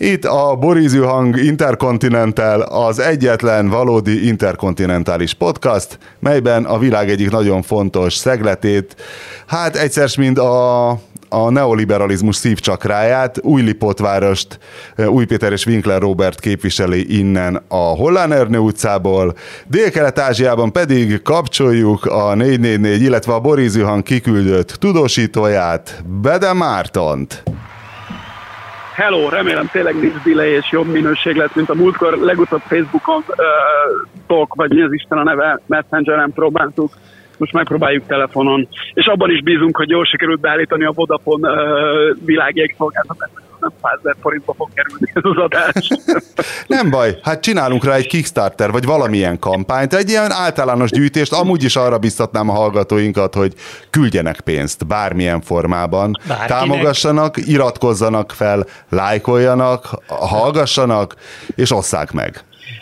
Itt a Borízű Hang Intercontinental, az egyetlen valódi interkontinentális podcast, melyben a világ egyik nagyon fontos szegletét, hát egyszer mind a neoliberalizmus szívcsakráját, Újlipótvárost Új Péter és Winkler Róbert képviseli innen a Hollán Ernő utcából, Dél-Kelet-Ázsiában pedig kapcsoljuk a 444, illetve a Borízű Hang kiküldött tudósítóját, Bede Mártont. Hello, remélem tényleg nincs delay és jobb minőség lett, mint a múltkor legutóbb Facebookon talk, vagy mi az Isten a neve, Messengeren próbáltuk. Most megpróbáljuk telefonon, és abban is bízunk, hogy jól sikerült beállítani a Vodafone világjegyszolgáltatást, nem 100 000 forintba fog kerülni ez az adás. Nem baj, hát csinálunk rá egy Kickstarter, vagy valamilyen kampányt, egy ilyen általános gyűjtést, amúgy is arra biztatnám a hallgatóinkat, hogy küldjenek pénzt bármilyen formában, bárkinek. Támogassanak, iratkozzanak fel, lájkoljanak, hallgassanak, és osszák meg.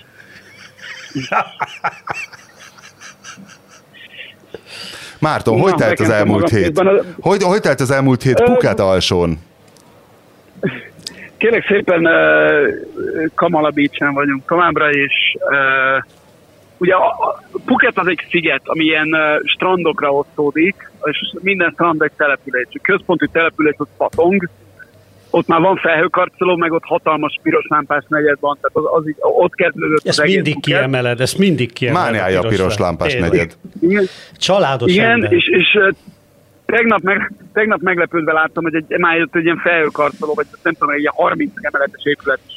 Márton, hogy telt az elmúlt hét? Hogy telt az elmúlt hét Phuket alsón? Kérlek szépen Kamala Beach-en vagyunk továbbra is. Ugye Phuket az egy sziget, ami ilyen strandokra osztódik, és minden strand egy település. A központi település az Patong, ott már van felhőkarcoló, meg ott hatalmas piros lámpás negyed van, tehát ott kezdődött az egész Phuket. Ezt mindig kiemeled. Mániája a piros lámpás negyed. Igen. Családos igen, ember. És tegnap meglepődve láttam, hogy már jött egy ilyen felhőkarcoló, vagy nem tudom, egy ilyen 30 emeletes épület is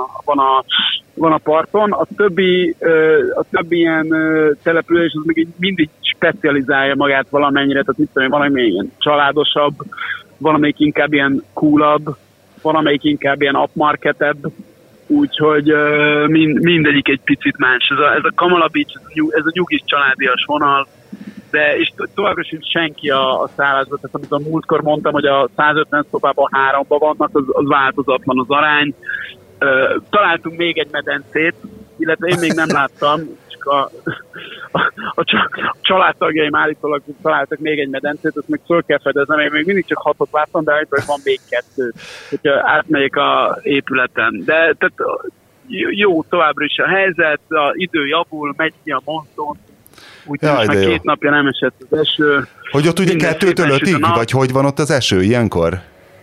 van a parton. A többi ilyen település az még mindig specializálja magát valamennyire, tehát mit tudom, valami ilyen családosabb, valamelyik inkább ilyen coolabb, valamelyik inkább ilyen upmarketebb, úgyhogy mindegyik egy picit más. Ez a Kamala Beach, ez a nyugis családias vonal, de és továbbra sincs senki a szállásban, tehát amit a múltkor mondtam, hogy a 150 szobában 3-ban vannak, az változatlan az arány. Találtunk még egy medencét, illetve én még nem láttam, csak a családtagjaim állítólag találtak még egy medencét, azt még föl kell fedeznem, én még mindig csak 6-ot láttam, de állítólag van még 2, hogyha átmegyek a épületen. De tehát jó továbbra is a helyzet, az idő javul, megy ki a monszon, úgyhogy most már 2 napja nem esett az eső. Hogy ott ugye 2-től 5-ig, vagy hogy van ott az eső ilyenkor?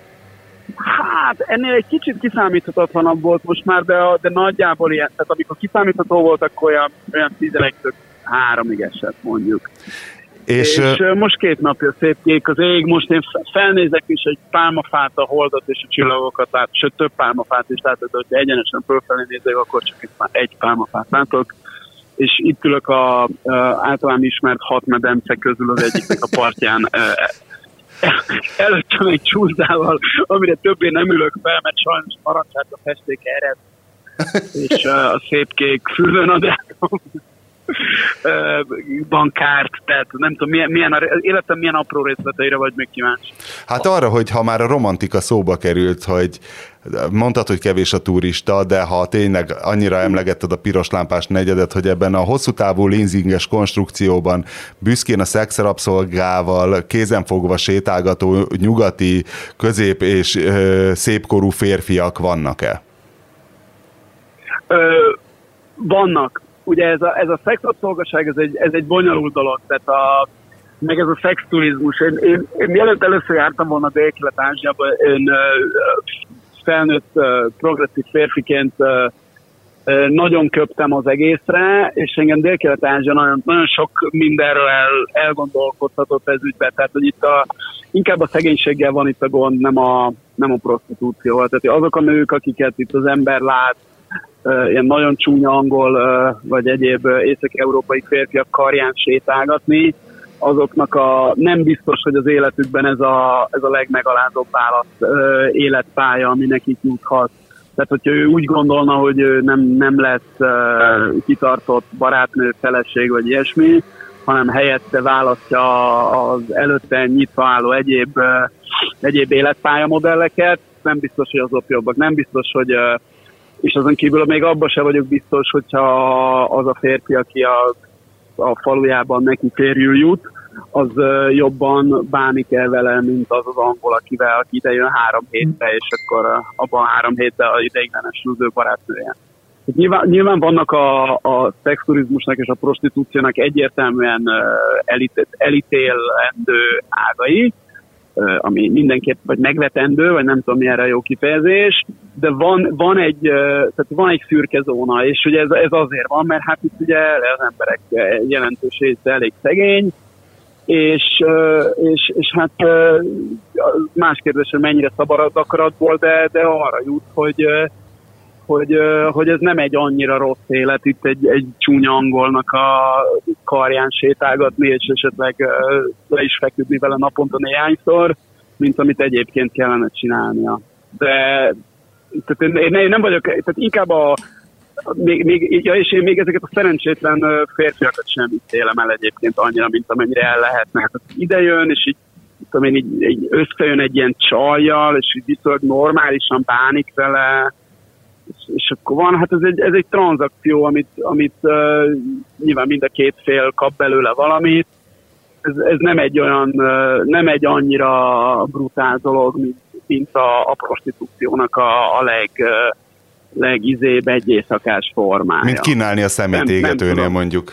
Hát ennél egy kicsit kiszámíthatatlanabb volt most már, de nagyjából ilyen, tehát amikor kiszámítható volt, akkor olyan 11-től 3-ig esett mondjuk. És most 2 napja szép kék az ég, most én felnézek is egy pálmafát, a holdat és a csillagokat lát, sőt több pálmafát is látok, de hogyha egyenesen fölfelé nézek, akkor csak egy pálmafát látok. És itt ülök a általán ismert 6 medence közül az egyiknek a partján, előttem egy csúszdával, amire többé nem ülök fel, mert sajnos narancsát a festék ered, és a szép kék fürdőnadrágom bankárt, tehát nem tudom, életem milyen apró részleteire vagy még kíváncsi. Hát arra, hogy ha már a romantika szóba került, hogy mondtad, hogy kevés a turista, de ha tényleg annyira emlegetted a piros lámpás negyedet, hogy ebben a hosszú távú leasinges konstrukcióban büszkén a szexrabszolgával kézenfogva sétálgató nyugati, közép és szépkorú férfiak vannak-e? Vannak. Ugye ez a szexrabszolgaság, ez egy bonyolult dolog, tehát meg ez a szexturizmus. Én mielőtt először jártam volna Dél-Kelet-Ázsiába, én felnőtt progresszív férfiként nagyon köptem az egészre, és engem Dél-Kelet-Ázsia nagyon sok mindenről elgondolkodtatott ez ügyben, tehát hogy itt inkább a szegénységgel van itt a gond, nem a prostitúcióval. Tehát azok a nők, akiket itt az ember lát, ilyen nagyon csúnya angol vagy egyéb észak-európai férfiak karján sétálgatni, azoknak nem biztos, hogy az életükben ez a legmegalázóbb válasz életpálya, ami nekik juthat. Tehát, hogyha ő úgy gondolna, hogy ő nem lesz kitartott barátnő, feleség vagy ilyesmi, hanem helyette választja az előtte nyitva álló egyéb életpályamodelleket, nem biztos, hogy azok jobbak, nem biztos, hogy és azon kívül még abban se vagyok biztos, hogyha az a férfi, aki a falujában neki férjül jut, az jobban bánik el vele, mint az angol, aki ide jön 3 hétbe, és akkor abban a 3 hétben a ideiglenes az ő barátnője. Nyilván vannak a szexturizmusnak és a prostitúciónak egyértelműen elítélendő ágai, ami mindenképp vagy megvetendő, vagy nem tudom, mi erre jó kifejezés, de van egy szürke zóna, és ugye ez azért van, mert hát itt ugye az emberek jelentős része elég szegény, és hát más kérdés, hogy mennyire szabad akaratból, de arra jut, hogy ez nem egy annyira rossz élet, itt egy csúnya angolnak a karján sétálgatni, és esetleg le is feküdni vele naponta néhányszor, mint amit egyébként kellene csinálnia. De tehát én nem vagyok, tehát inkább és én még ezeket a szerencsétlen férfiakat sem ítélem el egyébként annyira, mint amennyire el lehetne. Hát ide jön, és így összejön egy ilyen csajjal, és így viszonylag normálisan bánik vele, és akkor van, hát ez egy tranzakció, amit nyilván mind a két fél kap belőle valamit. Ez nem egy annyira brutál dolog, mint a prostitúciónak a legizébb egy éjszakás formája. Mint kínálni a szemét égetőnél mondjuk.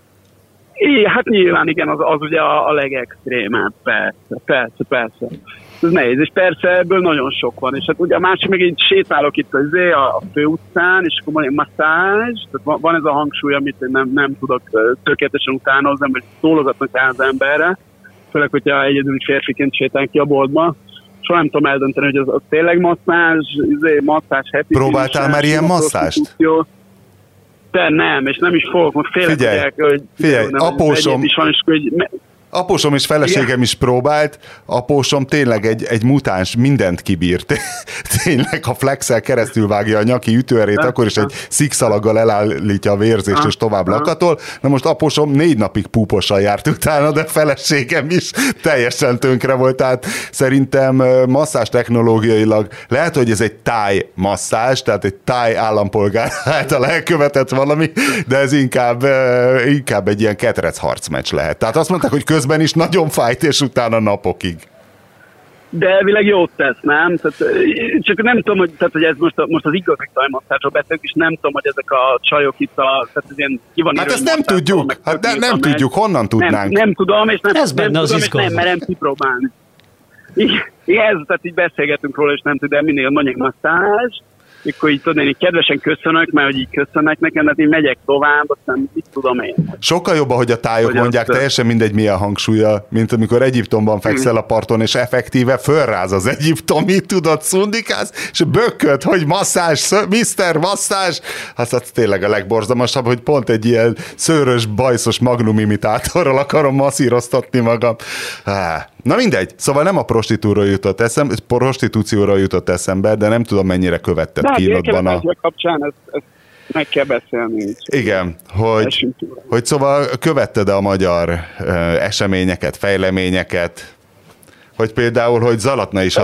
Hát nyilván igen, az ugye a legextrémebb, persze. Ez nehéz, és persze ebből nagyon sok van, és hát ugye a másik meg így sétálok itt a főutcán, és akkor van egy masszázs, tehát van ez a hangsúly, amit én nem tudok tökéletesen utánozni, mert szólogatnak rá az emberre, főleg, hogyha egyedüli férfiként sétálunk ki a boltba, soha nem tudom eldönteni, hogy az tényleg masszázs, happy. Próbáltál már ilyen masszást? De nem, és nem is fogok, most félek, hogy apósom... Apósom és feleségem is próbált, apósom tényleg egy mutáns, mindent kibírt. Tényleg, ha flexel keresztül vágja a nyaki ütőerét, akkor is egy szikszalaggal elállítja a vérzést, és tovább lakatol. Na most apósom 4 napig púposan járt utána, de feleségem is teljesen tönkre volt. Tehát szerintem masszázs technológiailag lehet, hogy ez egy táj masszázs, tehát egy táj állampolgár által elkövetett valami, de ez inkább egy ilyen ketrec harcmeccs lehet. Tehát azt mondták, hogy közben is nagyon fájt, és utána napokig. De elvileg jót tesz, nem? Tehát, csak nem tudom, hogy ez most az igazi tajmasszázsról beszélünk, és nem tudom, hogy ezek a csajok itt tehát ez ilyen hát ezt nem tudjuk, nem tudjuk, honnan tudnánk? Nem tudom, és nem merem kipróbálni. Igen, tehát így beszélgetünk róla, és nem tudom, de minél mondják masszázs, akkor így tudod, én így kedvesen köszönök, mert hogy így köszönnek nekem, hát én megyek tovább, aztán mit tudom én. Sokkal jobb, ahogy a tájok hogy mondják, teljesen mindegy milyen hangsúlya, mint amikor Egyiptomban fekszel a parton, és effektíve fölráz az egyiptomi, tudod, szundikálsz, és bökköd, hogy masszázs, Mr. masszázs, az tényleg a legborzalmasabb, hogy pont egy ilyen szőrös, bajszos magnum imitátorral akarom masszíroztatni magam. Na mindegy, szóval nem a prostitúcióról jutott eszembe, de nem tudom, mennyire követted kínodban a... kapcsán ezt meg kell beszélni. Igen, hogy szóval követted a magyar eseményeket, fejleményeket, hogy például, hogy Zalatna is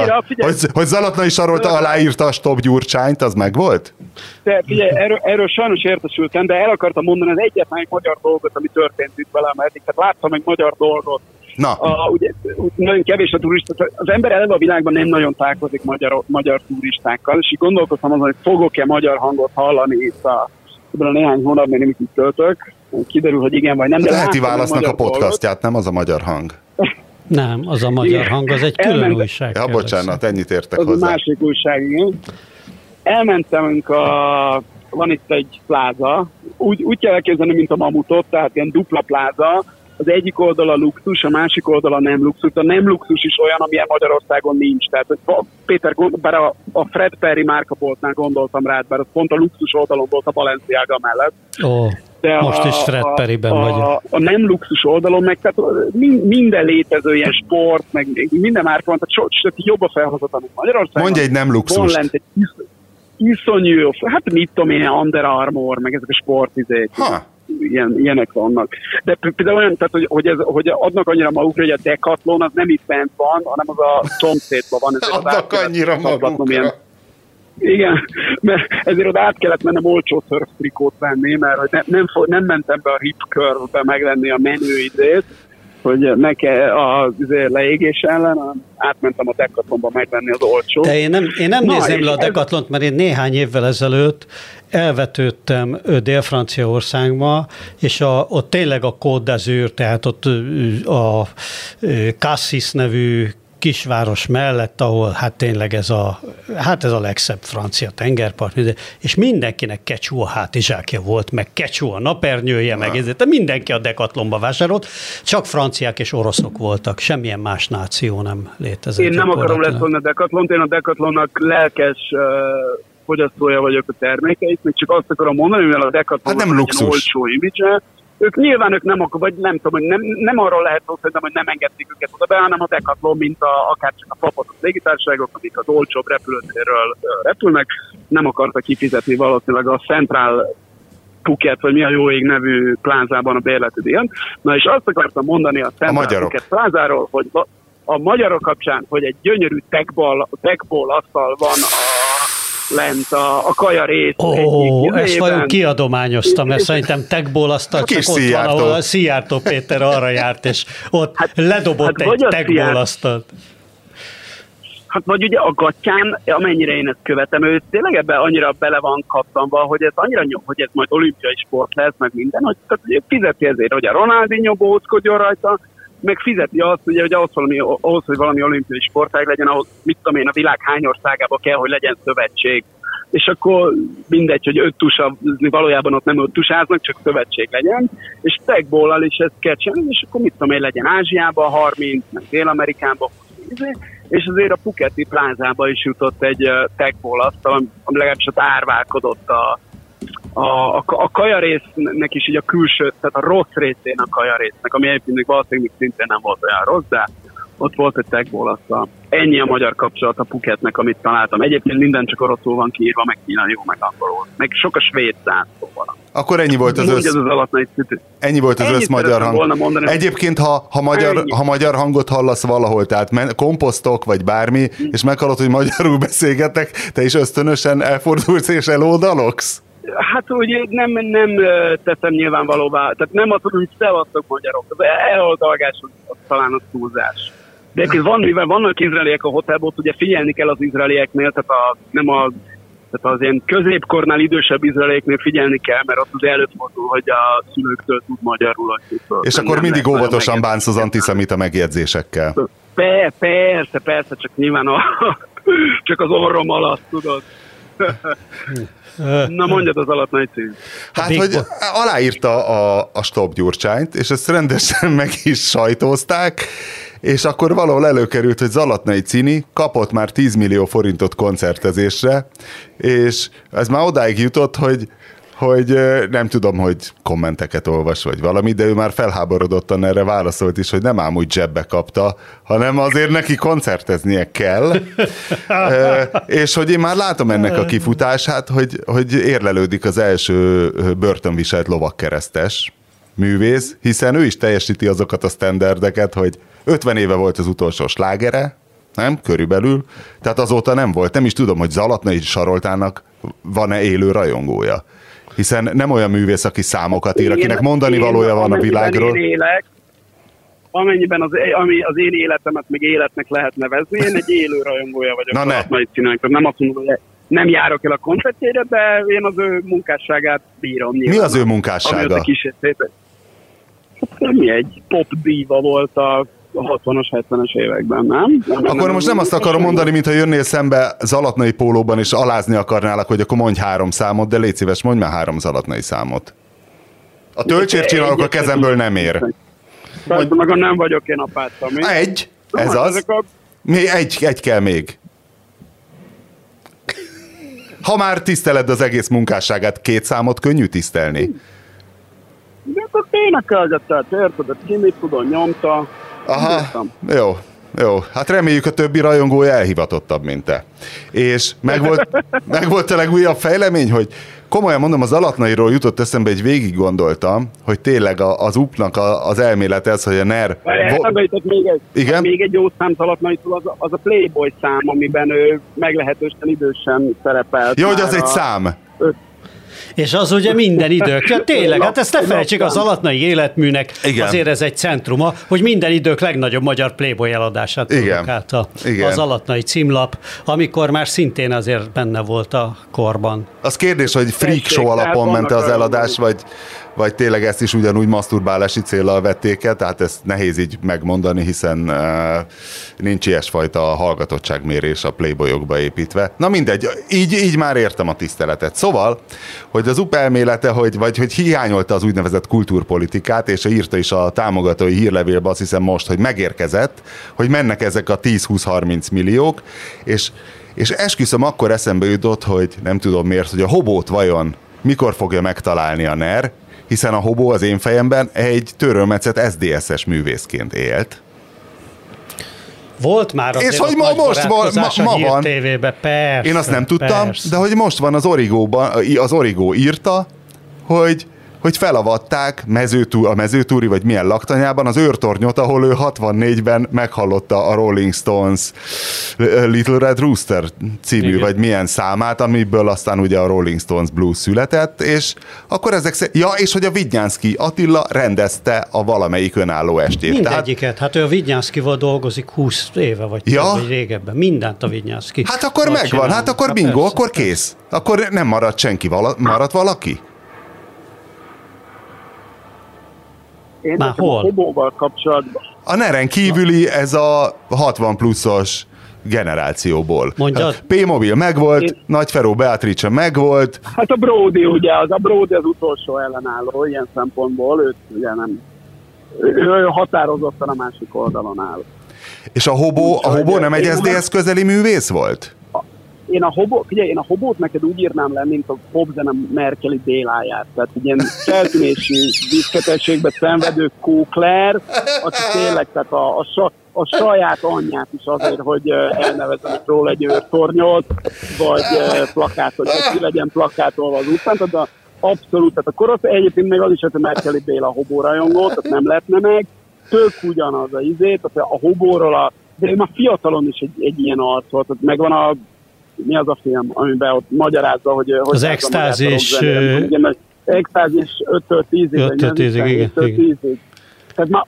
arról aláírta a Stop Gyurcsányt, az meg volt? De figyelj, erről sajnos értesültem, de el akartam mondani az egyetlen magyar dolgot, ami történt itt velem eddig. Tehát láttam egy magyar dolgot. Na. Ugye, nagyon kevés a turista. Az ember eleve a világban nem nagyon találkozik magyar turistákkal, és így gondolkoztam azon, hogy fogok-e magyar hangot hallani itt ebben a néhány hónapban, amit itt töltök. Kiderül, hogy igen vagy nem. De Leheti Válasznak a podcastját, nem az a magyar hang. Nem, az a magyar hang, az egy külön újság. Ja, bocsánat, ennyit értek az hozzá. Az másik újság, igen. Elmentem van itt egy pláza, úgy kell elképzelni, mint a Mamutot, tehát ilyen dupla pláza. Az egyik oldala luxus, a másik oldala nem luxus. A nem luxus is olyan, amilyen Magyarországon nincs. Tehát Péter, bár a Fred Perry márkaboltnál gondoltam rád, bár az pont a luxus oldalon volt a Balenciaga mellett. De most is Fred Perryben vagyok. A nem luxus oldalon meg tehát minden létező ilyen sport, meg minden márka van, tehát jobb a felhozat, amit Magyarországon. Mondj egy nem luxust. Van lent egy iszonyú, hát mit tudom én, Under Armour, meg ezek a sportizék. Ilyenek vannak. De például olyan, tehát, hogy adnak annyira magukra, hogy a Decathlon az nem itt bent van, hanem az a szomszédban van. Adnak annyira magukra. Igen, mert ezért oda át kellett mennem olcsó szörftrikót venni, mert nem mentem be a Rip Curve-be megvenni a menő idét, hogy nekem az leégés ellen átmentem a Decathlonba megvenni az olcsó. De én nem nézném le a Decathlont, mert én néhány évvel ezelőtt elvetődtem Dél-Franciaországba, és ott tényleg a Côte d'Azur, tehát ott a Cassis nevű kisváros mellett, ahol hát tényleg ez a legszebb francia tengerpart, és mindenkinek Quechua hátizsákja volt, meg Quechua napernyője, meg ezért, de mindenki a Decathlonba vásárolt, csak franciák és oroszok voltak, semmilyen más náció nem létezett. Én nem akarom leszólni a Decathlont, én a Decathlonnak lelkes fogyasztója vagyok a termékeit, még csak azt akarom mondani, mivel a Decathlonnak nem luxus. Olcsó image, nyilván ők nem vagy nem tudom, hogy nem arról lehet szó, hogy nem engedték őket oda be, hanem a Decathlon, mint akár csak a Papatos légitársaságok, amik az olcsóbb repülőtérről repülnek, nem akartak kifizetni valószínűleg a Central Phuket, vagy mi a jó ég nevű plázában a bérleti díjat. Na és azt akartam mondani a Central Phuket plázáról, hogy a magyarok kapcsán, hogy egy gyönyörű techball asztal van lent a kaja rész. Ezt vajon kiadományoztam, mert szerintem techból aztán csak ott van, ahol a Szijjártó Péter arra járt, és ott ledobott egy techból asztalt. Hát vagy ugye a Gattyán, amennyire én ezt követem, ő tényleg ebben annyira bele van kaptamva, hogy ez annyira nyom, hogy ez majd olimpiai sport lesz, meg minden, hogy fizeti ezért, hogy a Ronaldinho bóckodjon rajta, meg fizeti azt, ugye, hogy ahhoz, hogy valami olimpiai sportág legyen, ahhoz, mit tudom én, a világ hány országában kell, hogy legyen szövetség. És akkor mindegy, hogy 5 tusazni, valójában ott nem 5 tusáznak, csak szövetség legyen, és techball-al is ezt kell csinálni, és akkor mit tudom én, legyen Ázsiában 30, meg Dél-Amerikában 20, és azért a Phuketi plázába is jutott egy techball asztal, ami legalábbis ott árválkodott a kajarésznek is így a külső, tehát a rossz részén a kajarésznek, ami egyébként valószínűleg még szintén nem volt olyan rossz, de ott volt egy techball asztal. Ennyi a magyar kapcsolat a Phuketnek, amit találtam. Egyébként minden csak oroszul van kiírva, meg kínai, meg angolul. Meg sok a svéd zászló van. Akkor ennyi volt az össz magyar hang. Egyébként, ha magyar hangot hallasz valahol, tehát komposztok, vagy bármi, és meghallod, hogy magyarul beszélgetek, te is ösztönösen elfordulsz és eloldalogsz? Hát úgy nem teszem nyilvánvalóvá, tehát nem az, hogy szevasztok magyarok, az eloldalgás az talán a túlzás. De mivel vannak izraeliek a hotelból, ugye figyelni kell az izraelieknél, tehát tehát az ilyen középkornál idősebb izraelieknél figyelni kell, mert ott az előfordul, hogy a szülőktől tud magyarul. És akkor mindig óvatosan bánsz az antiszemita megjegyzésekkel. Persze, csak nyilván csak az orrom alatt, tudod. Na mondjad az alatt nagy cím. Hát, hogy aláírta a Stop Gyurcsányt, és ezt rendesen meg is sajtózták, és akkor valahol előkerült, hogy Zalatnai Cini kapott már 10 millió forintot koncertezésre, és ez már odáig jutott, hogy nem tudom, hogy kommenteket olvas, vagy valami, de ő már felháborodottan erre válaszolt is, hogy nem ám úgy zsebbe kapta, hanem azért neki koncerteznie kell, és hogy én már látom ennek a kifutását, hogy érlelődik az első börtönviselt lovagkeresztes művész, hiszen ő is teljesíti azokat a sztenderdeket, hogy 50 éve volt az utolsó slágere, nem? Körülbelül. Tehát azóta nem volt. Nem is tudom, hogy Zalatnai Saroltának van-e élő rajongója. Hiszen nem olyan művész, aki számokat ír, akinek mondani valója van a világról. Amennyiben az én életemet még életnek lehet nevezni, én egy élő rajongója vagyok. Na ne. Nem azt mondom, hogy nem járok el a koncertjére, de én az ő munkásságát bírom. Mi az ő munkássága? Mi egy pop diva volt a 60-as, 70-es években, nem? Akkor most nem azt akarom mondani, mintha jönnél szembe Zalatnai pólóban, és alázni akarnálak, hogy akkor mondj 3 számot, de légy szíves, mondj már 3 Zalatnai számot. A töltsért csinálok a kezemből nem ér. Maga nem vagyok én apáttal. Egy, ez az. Egy kell még. Ha már tiszteled az egész munkásságát, 2 számot könnyű tisztelni. De akkor énekelgetett, érted? Ki mit tudom, nyomta. Aha, jó. Hát reméljük, a többi rajongója elhivatottabb, mint te. És megvolt a legújabb fejlemény, hogy komolyan mondom, az Zalatnairól jutott eszembe, egy végig gondoltam, hogy tényleg az UP-nak az elmélet ez, hogy a NER... Még egy jó szám Zalatnaitól, az a Playboy szám, amiben ő meglehetősen idősen szerepelt. Jó, hogy az egy szám. És az ugye minden idők. Ja, tényleg, hát ezt ne felejtsék, az alatnai életműnek igen. Azért ez egy centruma, hogy minden idők legnagyobb magyar Playboy eladását produkálta az alatnai címlap, amikor már szintén azért benne volt a korban. Az kérdés, hogy freak show alapon ment az eladás, vagy tényleg ezt is ugyanúgy maszturbálási céllal vették el, tehát ezt nehéz így megmondani, hiszen nincs ilyesfajta hallgatottságmérés a Playboyokba építve. Na mindegy, így már értem a tiszteletet. Szóval, hogy az UP elmélete, hogy hiányolta az úgynevezett kultúrpolitikát, és írta is a támogatói hírlevélbe, azt hiszem most, hogy megérkezett, hogy mennek ezek a 10-20-30 milliók, és esküszöm, akkor eszembe jutott, hogy nem tudom miért, hogy a Hobót vajon mikor fogja megtalálni a NER, hiszen a Hobó az én fejemben egy törölmetszett SZDSZ-es művészként élt. Volt már azért és hogy ma van. TV-be, persze. Én azt nem tudtam, de hogy most van az Origo írta, hogy felavatták a mezőtúri, vagy milyen laktanyában az őrtornyot, ahol ő 64-ben meghallotta a Rolling Stones Little Red Rooster című, igen. vagy milyen számát, amiből aztán ugye a Rolling Stones Blues született, és akkor és hogy a Vidnyánszky Attila rendezte a valamelyik önálló estét. Mindegyiket, hát ő a Vidnyánszkyval dolgozik 20 éve, vagy régebben. Mindent a Vidnyánszky. Hát akkor megvan, hát akkor bingo, persze, akkor kész. Akkor nem maradt senki, maradt valaki? Én már hol? A Hobóval kapcsolatban. A NER-en kívüli ez a 60 pluszos generációból. Mondjad? P-mobil megvolt, Nagyferó Beatrice megvolt. Hát a Brody ugye, a Brody az utolsó ellenálló ilyen szempontból, őt ugye nem, ő határozottan a másik oldalon áll. És a Hobó nem egy SZDSZ közeli művész volt? Én a Hobót neked úgy írnám le, mint a popzene Merkeli déláját. Tehát egy ilyen feltűnési diszketességbe szenvedő kókler, aki tényleg tehát a saját anyját is azért, hogy elnevezzenek róla egy őrtornyot, vagy plakátot, hogy ki legyen plakátolva az utcán. Tehát abszolút, tehát a korosz egyébként még az is, hogy a Merkeli Béla a Hobó rajongó, tehát nem lepne meg. Tök ugyanaz a izét, tehát a Hobóról de már fiatalon is egy ilyen arc volt, tehát megvan mi az a film, amiben ott magyarázza, hogy az extázis... Extázis 5-től 10-ig. 5-től 10-ig. Tehát már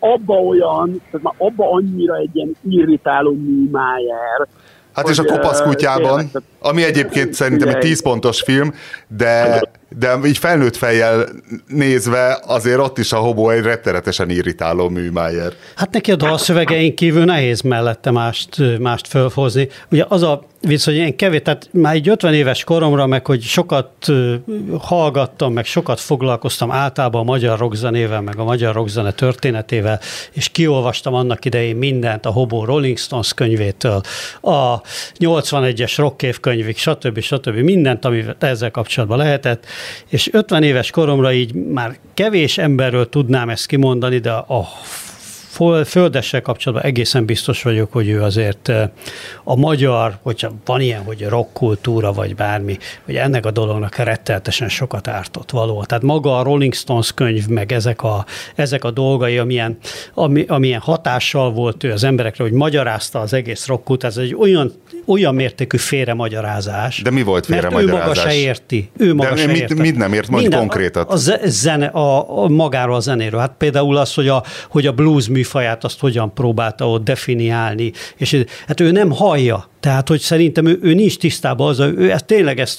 abba annyira egy ilyen irritáló műmájer. Hát és a Kopasz kutyában, ami egyébként szerintem egy 10 pontos film, de így felnőtt fejjel nézve azért ott is a Hobó egy rettenetesen irritáló műmájer. Hát neki a dalszövegeink kívül nehéz mellette mást fölhozni. Ugye az a vicc, hogy én kevés, tehát már egy 50 éves koromra, meg hogy sokat hallgattam, meg sokat foglalkoztam általában a magyar rockzenével, meg a magyar rockzene történetével, és kiolvastam annak idején mindent, a Hobó Rolling Stones könyvétől, a 81-es Rockév könyvig, stb. Mindent, ami ezzel kapcsolatban lehetett, és 50 éves koromra így már kevés emberről tudnám ezt kimondani, de a Földessel kapcsolatban egészen biztos vagyok, hogy ő azért a magyar, hogyha van ilyen, hogy rockkultúra vagy bármi, hogy ennek a dolognak rettenetesen sokat ártott való. Tehát maga a Rolling Stones könyv, meg ezek a dolgai, amilyen hatással volt ő az emberekre, hogy magyarázta az egész rockkultúrát, ez egy olyan mértékű félremagyarázás. De mi volt félremagyarázás? Ő maga se érti. Mit nem ért? Mondj konkrétat. Magáról a zenéről. Hát például az, hogy a blues műfaját azt hogyan próbálta ott definiálni, és hát ő nem hallja. Tehát, hogy szerintem ő nincs tisztában azzal, ő tényleg ezt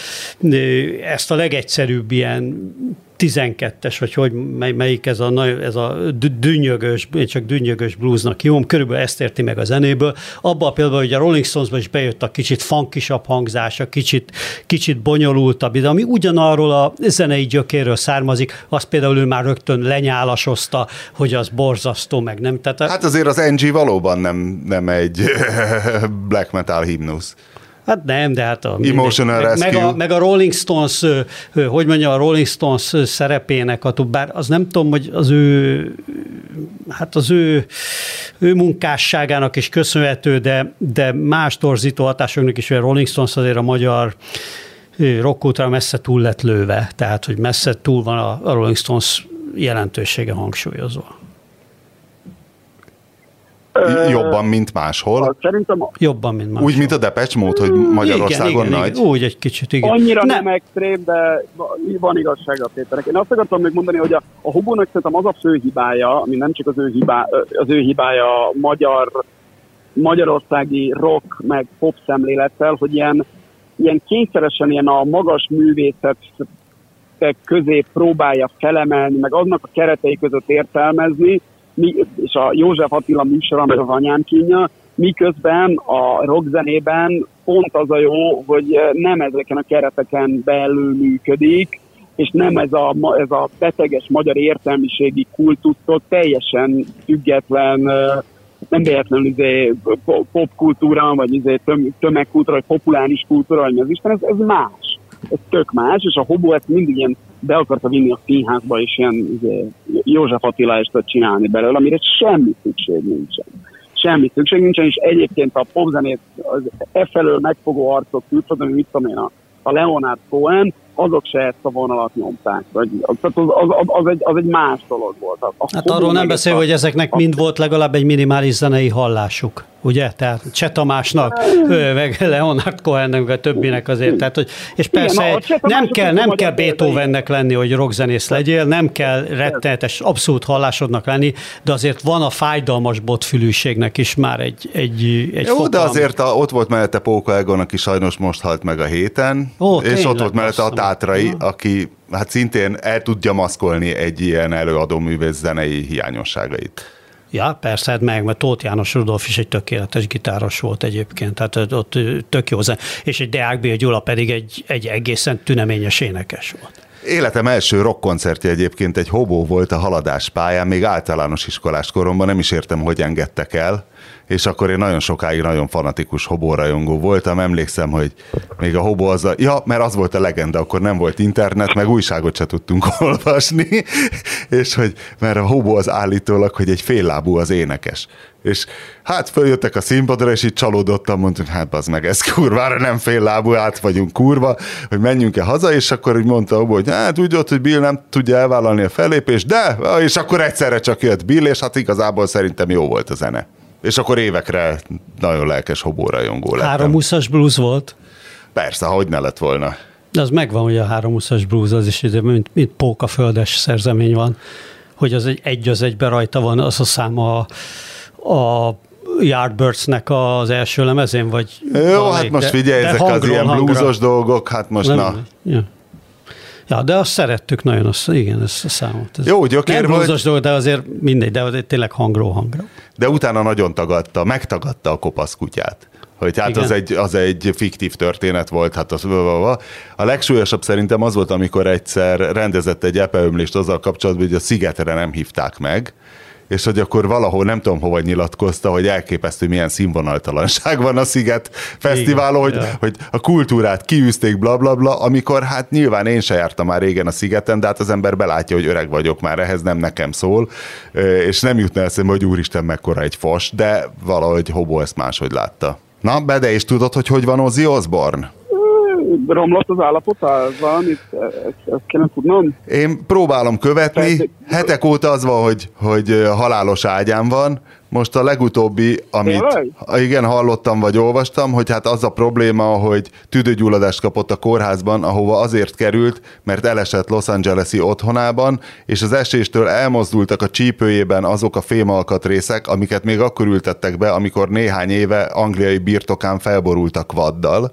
a legegyszerűbb ilyen 12-es, vagy hogy melyik ez a dünnyögös, csak dünnyögös bluesnak hívom, körülbelül ezt érti meg a zenéből. Abban például, hogy a Rolling Stonesban is bejött a kicsit funkisabb hangzása, kicsit bonyolultabb, de ami ugyanarról a zenei gyökéről származik, azt például ő már rögtön lenyálasozta, hogy az borzasztó, meg nem. Tehát hát azért az NG valóban nem egy black metal himnusz. Hát nem, de hát meg a Rolling Stones, a Rolling Stones szerepének, bár az nem tudom, hogy az ő munkásságának is köszönhető, de más torzító hatásoknak is, hogy a Rolling Stones azért a magyar rockkultúra messze túl lett lőve, tehát hogy messze túl van a Rolling Stones jelentősége hangsúlyozva. Jobban, mint máshol? Szerintem jobban, mint máshol. Úgy, mint a Depeche Mode, hogy Magyarországon igen, nagy? Igen. Úgy egy kicsit, igen. Annyira nem extrém, de van igazság a Péternek. Én azt akartam még mondani, hogy a Hobónak szerintem az a fő hibája, ami nem csak az ő hibája magyarországi rock meg pop szemlélettel, hogy ilyen kényszeresen ilyen a magas művészet közé próbálja felemelni, meg aznak a keretei között értelmezni, és a József Attila műsora, meg az Anyám kínja, miközben a rockzenében pont az a jó, hogy nem ezeken a kereteken belül működik, és nem ez a beteges magyar értelmiségi kultusztól teljesen független, nem véletlenül popkultúra, vagy tömegkultúra, vagy populáris kultúra, vagy az Isten, ez más. Ez tök más, és a Hobó ezt mindig ilyen be akarta vinni a színházba, és ilyen József Attila estet csinálni belőle, amire semmi szükség nincsen, és egyébként a popzenét az felől megfogó arcok külföldön, mit tudom én, a Leonard Cohen, azok se ezt a vonalat nyomták. Az egy más dolog volt. Hát arról nem beszél, hogy ezeknek mind volt legalább egy minimális zenei hallásuk, ugye? Tehát Cseh Tamásnak, meg Leonard Cohennek, meg a többinek azért. Tehát, hogy, és persze igen, nem kell Beethovennek lenni, hogy rockzenész legyél, nem kell rettenetes, abszolút hallásodnak lenni, de azért van a fájdalmas botfülűségnek is már egy jó, fokkal, de azért ott volt mellette Póka Egon, aki sajnos most halt meg a héten, és ott volt mellette a Tátrai, aki hát szintén el tudja maszkolni egy ilyen előadóművész zenei hiányosságait. Ja, persze, hát mert Tóth János Rudolf is egy tökéletes gitáros volt egyébként, tehát ott tök jó zen. És egy Deák B. Gyula pedig egy egészen tüneményes énekes volt. Életem első rockkoncertje egyébként egy Hobó volt a Haladás pályán, még általános iskolás koromban, nem is értem, hogy engedtek el, és akkor én nagyon sokáig nagyon fanatikus Hobó rajongó voltam, emlékszem, hogy még a Hobó mert az volt a legenda, akkor nem volt internet, meg újságot se tudtunk olvasni, és mert a Hobó az állítólag, hogy egy féllábú az énekes. És hát följöttek a színpadra, és így csalódottan mondtuk, hát bazd meg, ez kurvára nem féllábú, át vagyunk kurva, hogy menjünk-e haza, és akkor úgy mondta Hobó, hogy hát úgy ott, hogy Bill nem tudja elvállalni a fellépést, de, és akkor egyszerre csak jött Bill, és hát igazából szerintem jó volt a zene. És akkor évekre nagyon lelkes Hobó rajongó lettem. 320-as blues volt? Persze, hogy ne lett volna. De az megvan, hogy a 320-as blues az is, mint pókaföldes szerzemény van, hogy az egy egybe rajta van, az a szám a Yardbirdsnek az első lemezén, vagy... Jó, hát most figyelj, ezek az ilyen bluesos dolgok, hát most Ja, de azt szerettük nagyon, igen, ezt a számot. Ez jó, gyökér nem bluesos dolog, de azért mindegy, de azért tényleg hangról. De utána nagyon megtagadta a kopasz kutyát. Hogy hát az egy fiktív történet volt. Hát a legsúlyosabb szerintem az volt, amikor egyszer rendezett egy epeömlést azzal kapcsolatban, hogy a Szigetre nem hívták meg, és hogy akkor valahol nem tudom hova nyilatkozta, hogy elképesztő milyen színvonaltalanság van a Sziget Fesztiválon, hogy a kultúrát kiűzték, blablabla, amikor hát nyilván én se jártam már régen a Szigeten, de hát az ember belátja, hogy öreg vagyok már, ehhez nem nekem szól, és nem jutna eszembe, hogy úristen mekkora egy fos, de valahogy Hobó ezt máshogy látta. Na, Bede, és tudod, hogy van Ozzy Osbourne? Romlott az állapota, valamit, ezt kéne tudnom? Én próbálom követni, hetek óta az van, hogy halálos ágyán van. Most a legutóbbi, amit igen, hallottam vagy olvastam, hogy hát az a probléma, hogy tüdőgyulladást kapott a kórházban, ahova azért került, mert elesett Los Angeles-i otthonában, és az eséstől elmozdultak a csípőjében azok a fémalkatrészek, amiket még akkor ültettek be, amikor néhány éve angliai birtokán felborultak vaddal.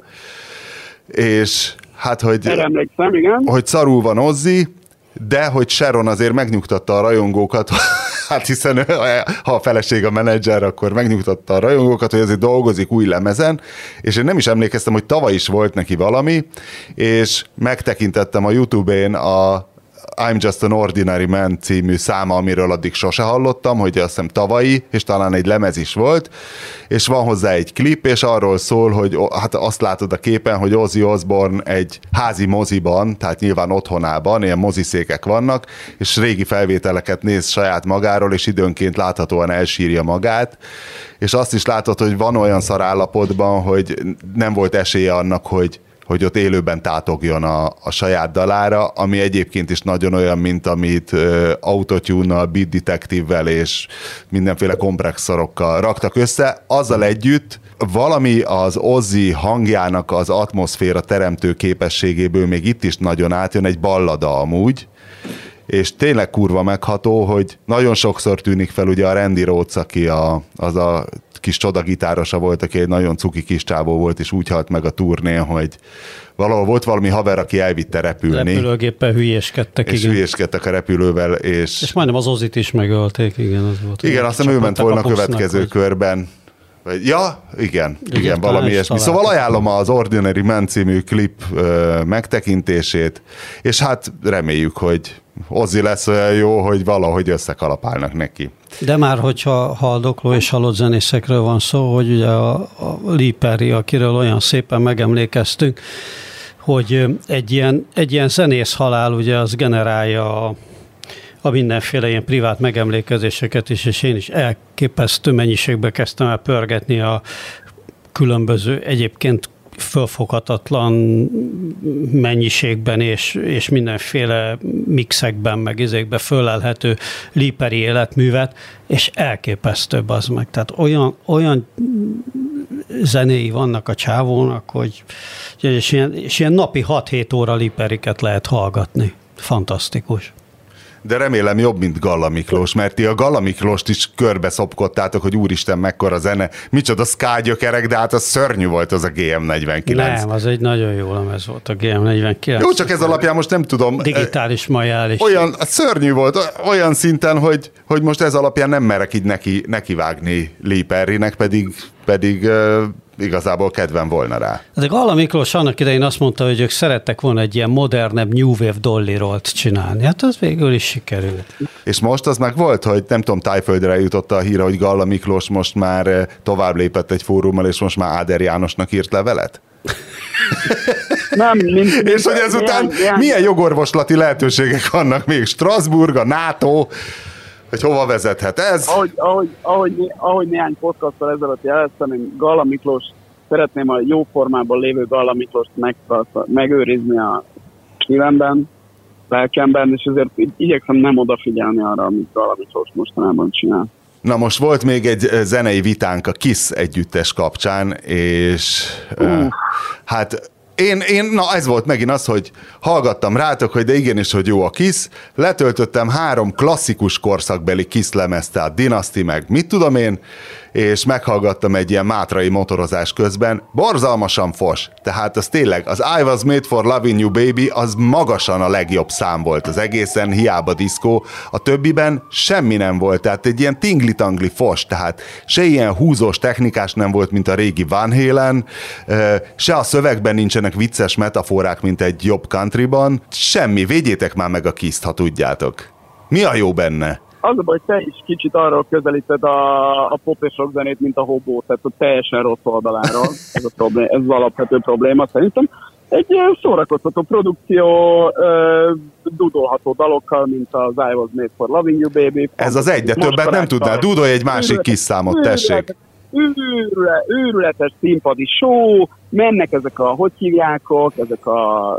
És hát, hogy szarul van Ozzy, de hogy Sharon azért megnyugtatta a rajongókat, hát hiszen ha a feleség a menedzser, akkor megnyugtatta a rajongókat, hogy azért dolgozik új lemezen, és én nem is emlékeztem, hogy tavaly is volt neki valami, és megtekintettem a YouTube-én a I'm Just an Ordinary Man című száma, amiről addig sose hallottam, hogy azt hiszem tavalyi, és talán egy lemez is volt, és van hozzá egy klip, és arról szól, hogy hát azt látod a képen, hogy Ozzy Osbourne egy házi moziban, tehát nyilván otthonában, ilyen moziszékek vannak, és régi felvételeket néz saját magáról, és időnként láthatóan elsírja magát, és azt is látod, hogy van olyan szarállapotban, hogy nem volt esélye annak, hogy hogy ott élőben tátogjon a saját dalára, ami egyébként is nagyon olyan, mint amit autotune-nal, Beat Detective-vel és mindenféle kompresszorokkal raktak össze. Azzal együtt valami az Ozzy hangjának az atmoszféra teremtő képességéből még itt is nagyon átjön, egy ballada amúgy, és tényleg kurva megható, hogy nagyon sokszor tűnik fel ugye a Randy Rhoads, aki az a kis csodagitárosa volt, aki egy nagyon cuki kis csávó volt, és úgy halt meg a turnén, hogy valahol volt valami haver, aki elvitte repülni. Repülőgéppel hülyéskedtek, és igen. hülyéskedtek a repülővel, és majdnem az Ozzyt is megölték, igen, az volt. Igen, azt hiszem ő ment volna a következő körben. Ja, igen, valami ilyesmi. Szóval ajánlom az Ordinary Man című klip megtekintését, és hát reméljük, hogy Ozzy lesz olyan jó, hogy valahogy összekalapálnak neki. De már, hogyha haldokló és halott zenészekről van szó, hogy ugye a Lee Perry, akiről olyan szépen megemlékeztünk, hogy egy ilyen zenész halál ugye az generálja a mindenféle ilyen privát megemlékezéseket is, és én is elképesztő mennyiségbe kezdtem el pörgetni a különböző egyébként fölfoghatatlan mennyiségben és mindenféle mixekben, meg izékben fölelhető Lee Perry életművet, és elképesztőbb az meg. Tehát olyan zenéi vannak a csávónak, hogy és ilyen napi 6-7 óra Lee Perryket lehet hallgatni. Fantasztikus. De remélem jobb, mint Galla Miklós, mert ti a Galla Miklóst is körbe szopkodtátok, hogy úristen, mekkora zene, micsoda ska gyökerek, de hát az szörnyű volt az a GM49. Nem, az egy nagyon jó lemez volt a GM49. Jó, csak ez alapján most nem tudom. Digitális majális. Olyan szörnyű volt, olyan szinten, hogy most ez alapján nem merek így nekivágni Lee Perrynek, pedig igazából kedvem volna rá. De Galla Miklós annak idején azt mondta, hogy ők szerettek volna egy ilyen modernebb New Wave Dolly Rollt csinálni. Hát az végül is sikerült. És most az meg volt, hogy nem tudom, Tájföldre jutott a híre, hogy Galla Miklós most már tovább lépett egy fórummal, és most már Áder Jánosnak írt levelet? Nem, és hogy ezután milyen jogorvoslati lehetőségek vannak még? Strasbourg, a NATO, hogy hova vezethet ez? Ahogy néhány podcasttal ezelőtt jeleztem, én Galla Miklós, szeretném a jó formában lévő Galla Miklóst megőrizni a szívemben, lelkemben, és ezért igyekszem nem odafigyelni arra, amit Galla Miklós mostanában csinál. Na most volt még egy zenei vitánk a Kiss együttes kapcsán, és hát na ez volt megint az, hogy hallgattam rátok, hogy de igenis, hogy jó a Kiss, letöltöttem 3 klasszikus korszakbeli Kiss lemezt, tehát Dynasty meg mit tudom én, és meghallgattam egy ilyen mátrai motorozás közben, borzalmasan fos, tehát az tényleg, az I Was Made For Loving You Baby, az magasan a legjobb szám volt az egészen, hiába diszkó, a többiben semmi nem volt, tehát egy ilyen tingli-tangli fos, tehát se ilyen húzós technikás nem volt, mint a régi Van Halen, se a szövegben nincsenek vicces metaforák, mint egy jobb countryban, semmi, védjétek már meg a Kiss-t, ha tudjátok. Mi a jó benne? Az a baj, hogy te is kicsit arról közelíted a pop és rock zenét, mint a hobó, tehát a teljesen rossz oldaláról. Ez az alapvető probléma szerintem. Egy szórakoztató produkció, dudolható dalokkal, mint az I Was Made For Loving You Baby. Ez az egy, de többet nem tudnál. Dudolj egy másik kis számot, tessék. Őrületes színpadi show, mennek ezek a, hogy hívjákok, ezek a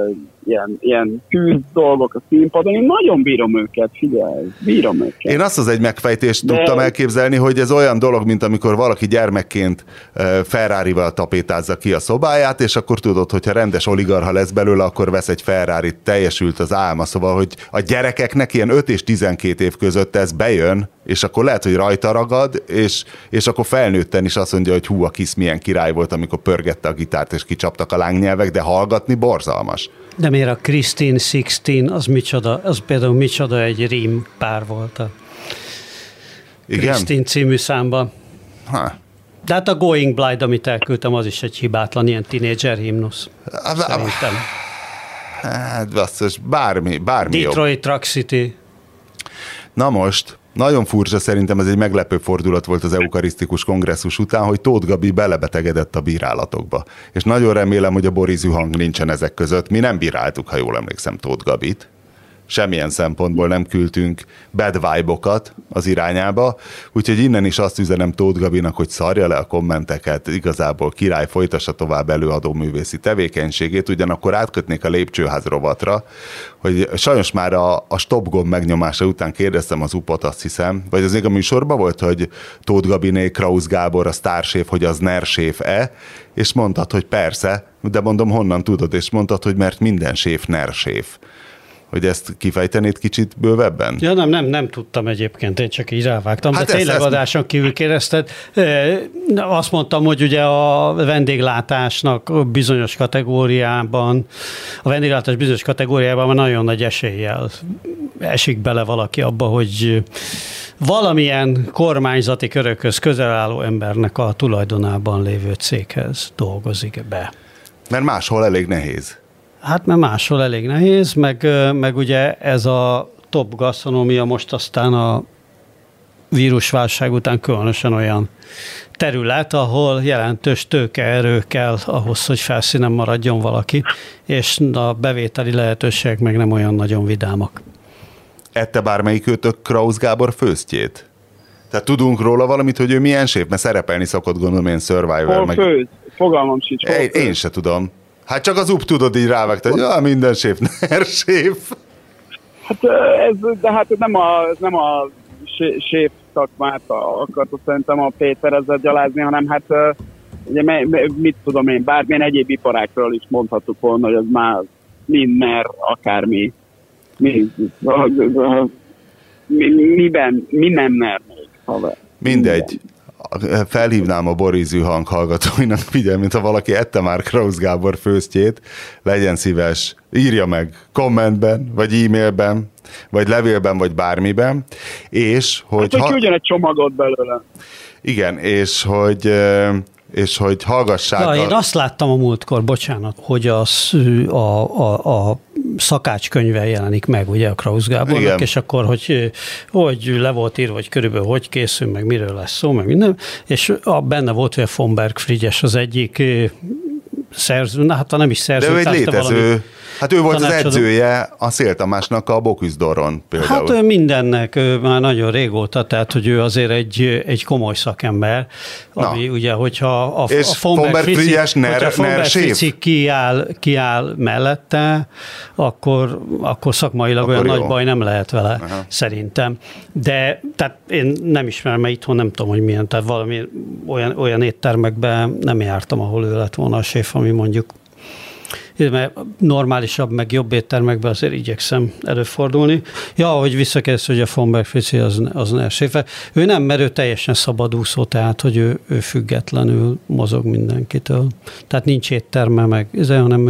ilyen tűz dolgok a színpadon. Én nagyon bírom őket, figyelj, bírom őket. Én azt az egy megfejtést tudtam elképzelni, hogy ez olyan dolog, mint amikor valaki gyermekként Ferrarival tapétázza ki a szobáját, és akkor tudod, hogyha rendes oligarcha lesz belőle, akkor vesz egy Ferrarit, teljesült az álma. Szóval, hogy a gyerekeknek ilyen 5 és 12 év között ez bejön, és akkor lehet, hogy rajta ragad, és akkor felnőtten is azt mondja, hogy hú, a Kiss milyen király volt, amikor pörgette a gitárt, és kicsaptak a lángnyelvek, de hallgatni borzalmas. De miért a Christine 16, az micsoda, az például micsoda egy rím pár volt a Christine című számban. De hát a Going Blind, amit elküldtem, az is egy hibátlan ilyen tínédzser himnusz. Szerintem. Hát basszus, bármi Detroit jobb. Rock City. Na most, nagyon furcsa, szerintem ez egy meglepő fordulat volt az eukarisztikus kongresszus után, hogy Tóth Gabi belebetegedett a bírálatokba. És nagyon remélem, hogy a Boris Hang nincsen ezek között. Mi nem bíráltuk, ha jól emlékszem, Tóth Gabit. semmilyen szempontból nem küldtünk bad vibe-okat az irányába, úgyhogy innen is azt üzenem Tóth Gabinak, hogy szarja le a kommenteket, igazából király, folytassa tovább előadó művészi tevékenységét, ugyanakkor átkötnék a lépcsőház rovatra, hogy sajnos már a stop gomb megnyomása után kérdeztem az UPOT, azt hiszem, vagy az még a műsorban volt, hogy Tóth Gabiné, Krausz Gábor, a sztárséf, hogy az nerséf-e, és mondtad, hogy persze, de mondom, honnan tudod, és mondtad, hogy mert minden séf nerséf. Hogy ezt kifejtenéd kicsit bővebben? Ja, nem tudtam egyébként, én csak így rávágtam, hát de tényleg adáson kívül kérdezted. Azt mondtam, hogy ugye a vendéglátásnak bizonyos kategóriában, a vendéglátás bizonyos kategóriában nagyon nagy eséllyel esik bele valaki abba, hogy valamilyen kormányzati körökhöz közel álló embernek a tulajdonában lévő céghez dolgozik be. Mert máshol elég nehéz. Hát mert máshol elég nehéz, meg ugye ez a top gasztronómia most aztán a vírusválság után különösen olyan terület, ahol jelentős tőkeerő kell ahhoz, hogy felszínen maradjon valaki, és a bevételi lehetőségek meg nem olyan nagyon vidámak. Ette bármelyikőtök Krausz Gábor főztjét? Tehát tudunk róla valamit, hogy ő milyen séf? Mert szerepelni szokott, gondolom, én Survivor. Hol főz? Fogalmam sincs. Én se tudom. Hát csak az UP tudod így rávágta, hogy minden séf, séf. Hát ez nem a séf szakmát akarta szerintem a Péter ezzel gyalázni, hanem hát ugye mit tudom én, bármilyen egyéb iparákról is mondhattuk volna, hogy ez már minden akármi. Mi nem mer még, haver. Mindegy. Felhívnám a Borízű hang hallgatóinak, figyelj, mintha valaki ette már Krausz Gábor főztjét, legyen szíves, írja meg kommentben, vagy e-mailben, vagy levélben, vagy bármiben, és hogy... Hát, hogy küldjön egy csomagot belőle. Igen, és hogy hallgassák... Én azt láttam a múltkor, bocsánat, hogy a szakácskönyvvel jelenik meg, ugye a Krausz Gábornak, igen. És akkor, hogy le volt írva, hogy körülbelül hogy készül, meg miről lesz szó, meg minden, és benne volt, hogy a von Berg Frigyes az egyik szerző, hát nem is szerző. De ő egy létező, hát ő volt az edzője a Szél Tamásnak a Bocuse-d'Oron például. Hát ő mindennek, ő már nagyon régóta, tehát hogy ő azért egy komoly szakember, ami ugye, hogyha a von Berg Frigyes kiáll mellette, akkor szakmailag akkor olyan jó. Nagy baj nem lehet vele, szerintem. De tehát én nem ismerem, mert itthon nem tudom, hogy milyen, tehát valami olyan éttermekben nem jártam, ahol ő lett volna a séf, ami mondjuk mert normálisabb, meg jobb éttermekben azért igyekszem előfordulni. Ja, hogy visszakérdez, hogy a von Berg Frigyes az nerséfe. Ő nem, mert ő teljesen szabadúszó, tehát, hogy ő függetlenül mozog mindenkitől. Tehát nincs étterme, meg hanem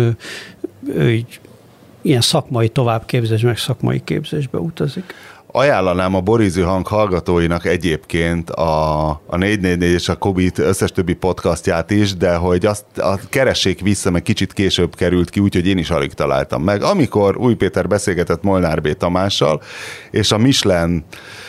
ő így ilyen szakmai továbbképzés, meg szakmai képzésbe utazik. Ajánlanám a Borízű hang hallgatóinak egyébként a 444 és a Kobit összes többi podcastját is, de hogy azt keressék vissza, meg kicsit később került ki, úgyhogy én is alig találtam meg. Amikor Új Péter beszélgetett Molnár B. Tamással, és a Michelin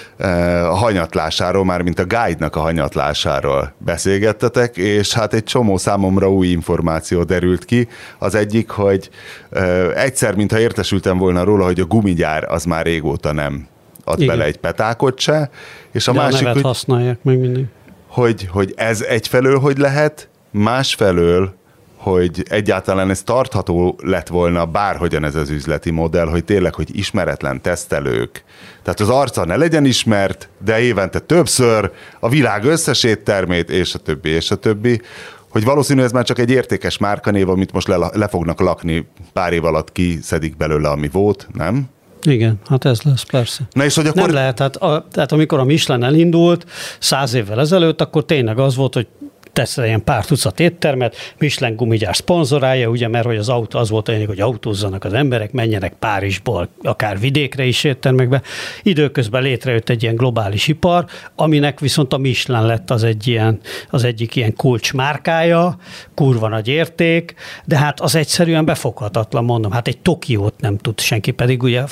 hanyatlásáról, mármint a guide-nak a hanyatlásáról beszélgettetek, és hát egy csomó számomra új információ derült ki. Az egyik, hogy egyszer, mintha értesültem volna róla, hogy a gumigyár az már régóta nem ad bele egy petákot se, és a másik, nevet használják meg mindig. Hogy ez egyfelől hogy lehet, másfelől, hogy egyáltalán ez tartható lett volna bárhogyan ez az üzleti modell, hogy tényleg, hogy ismeretlen tesztelők. Tehát az arca ne legyen ismert, de évente többször a világ összes éttermét, és a többi, hogy valószínű ez már csak egy értékes márkanév, amit most le fognak lakni, pár év alatt kiszedik belőle, ami volt, nem? Igen, hát ez lesz, persze. Na és hogy akkor... Nem lehet, tehát amikor a Michelin elindult 100 évvel ezelőtt, akkor tényleg az volt, hogy teszteljen pár tucat éttermet, Michelin gumigyár szponzorálja, ugye, mert hogy az autó az volt hogy autózzanak az emberek, menjenek Párizsból, akár vidékre is éttermekbe. Időközben létrejött egy ilyen globális ipar, aminek viszont a Michelin lett az egyik ilyen kulcsmárkája, kurva nagy érték, de hát az egyszerűen befoghatatlan, mondom, hát egy Tokiót nem tud senki, pedig ugye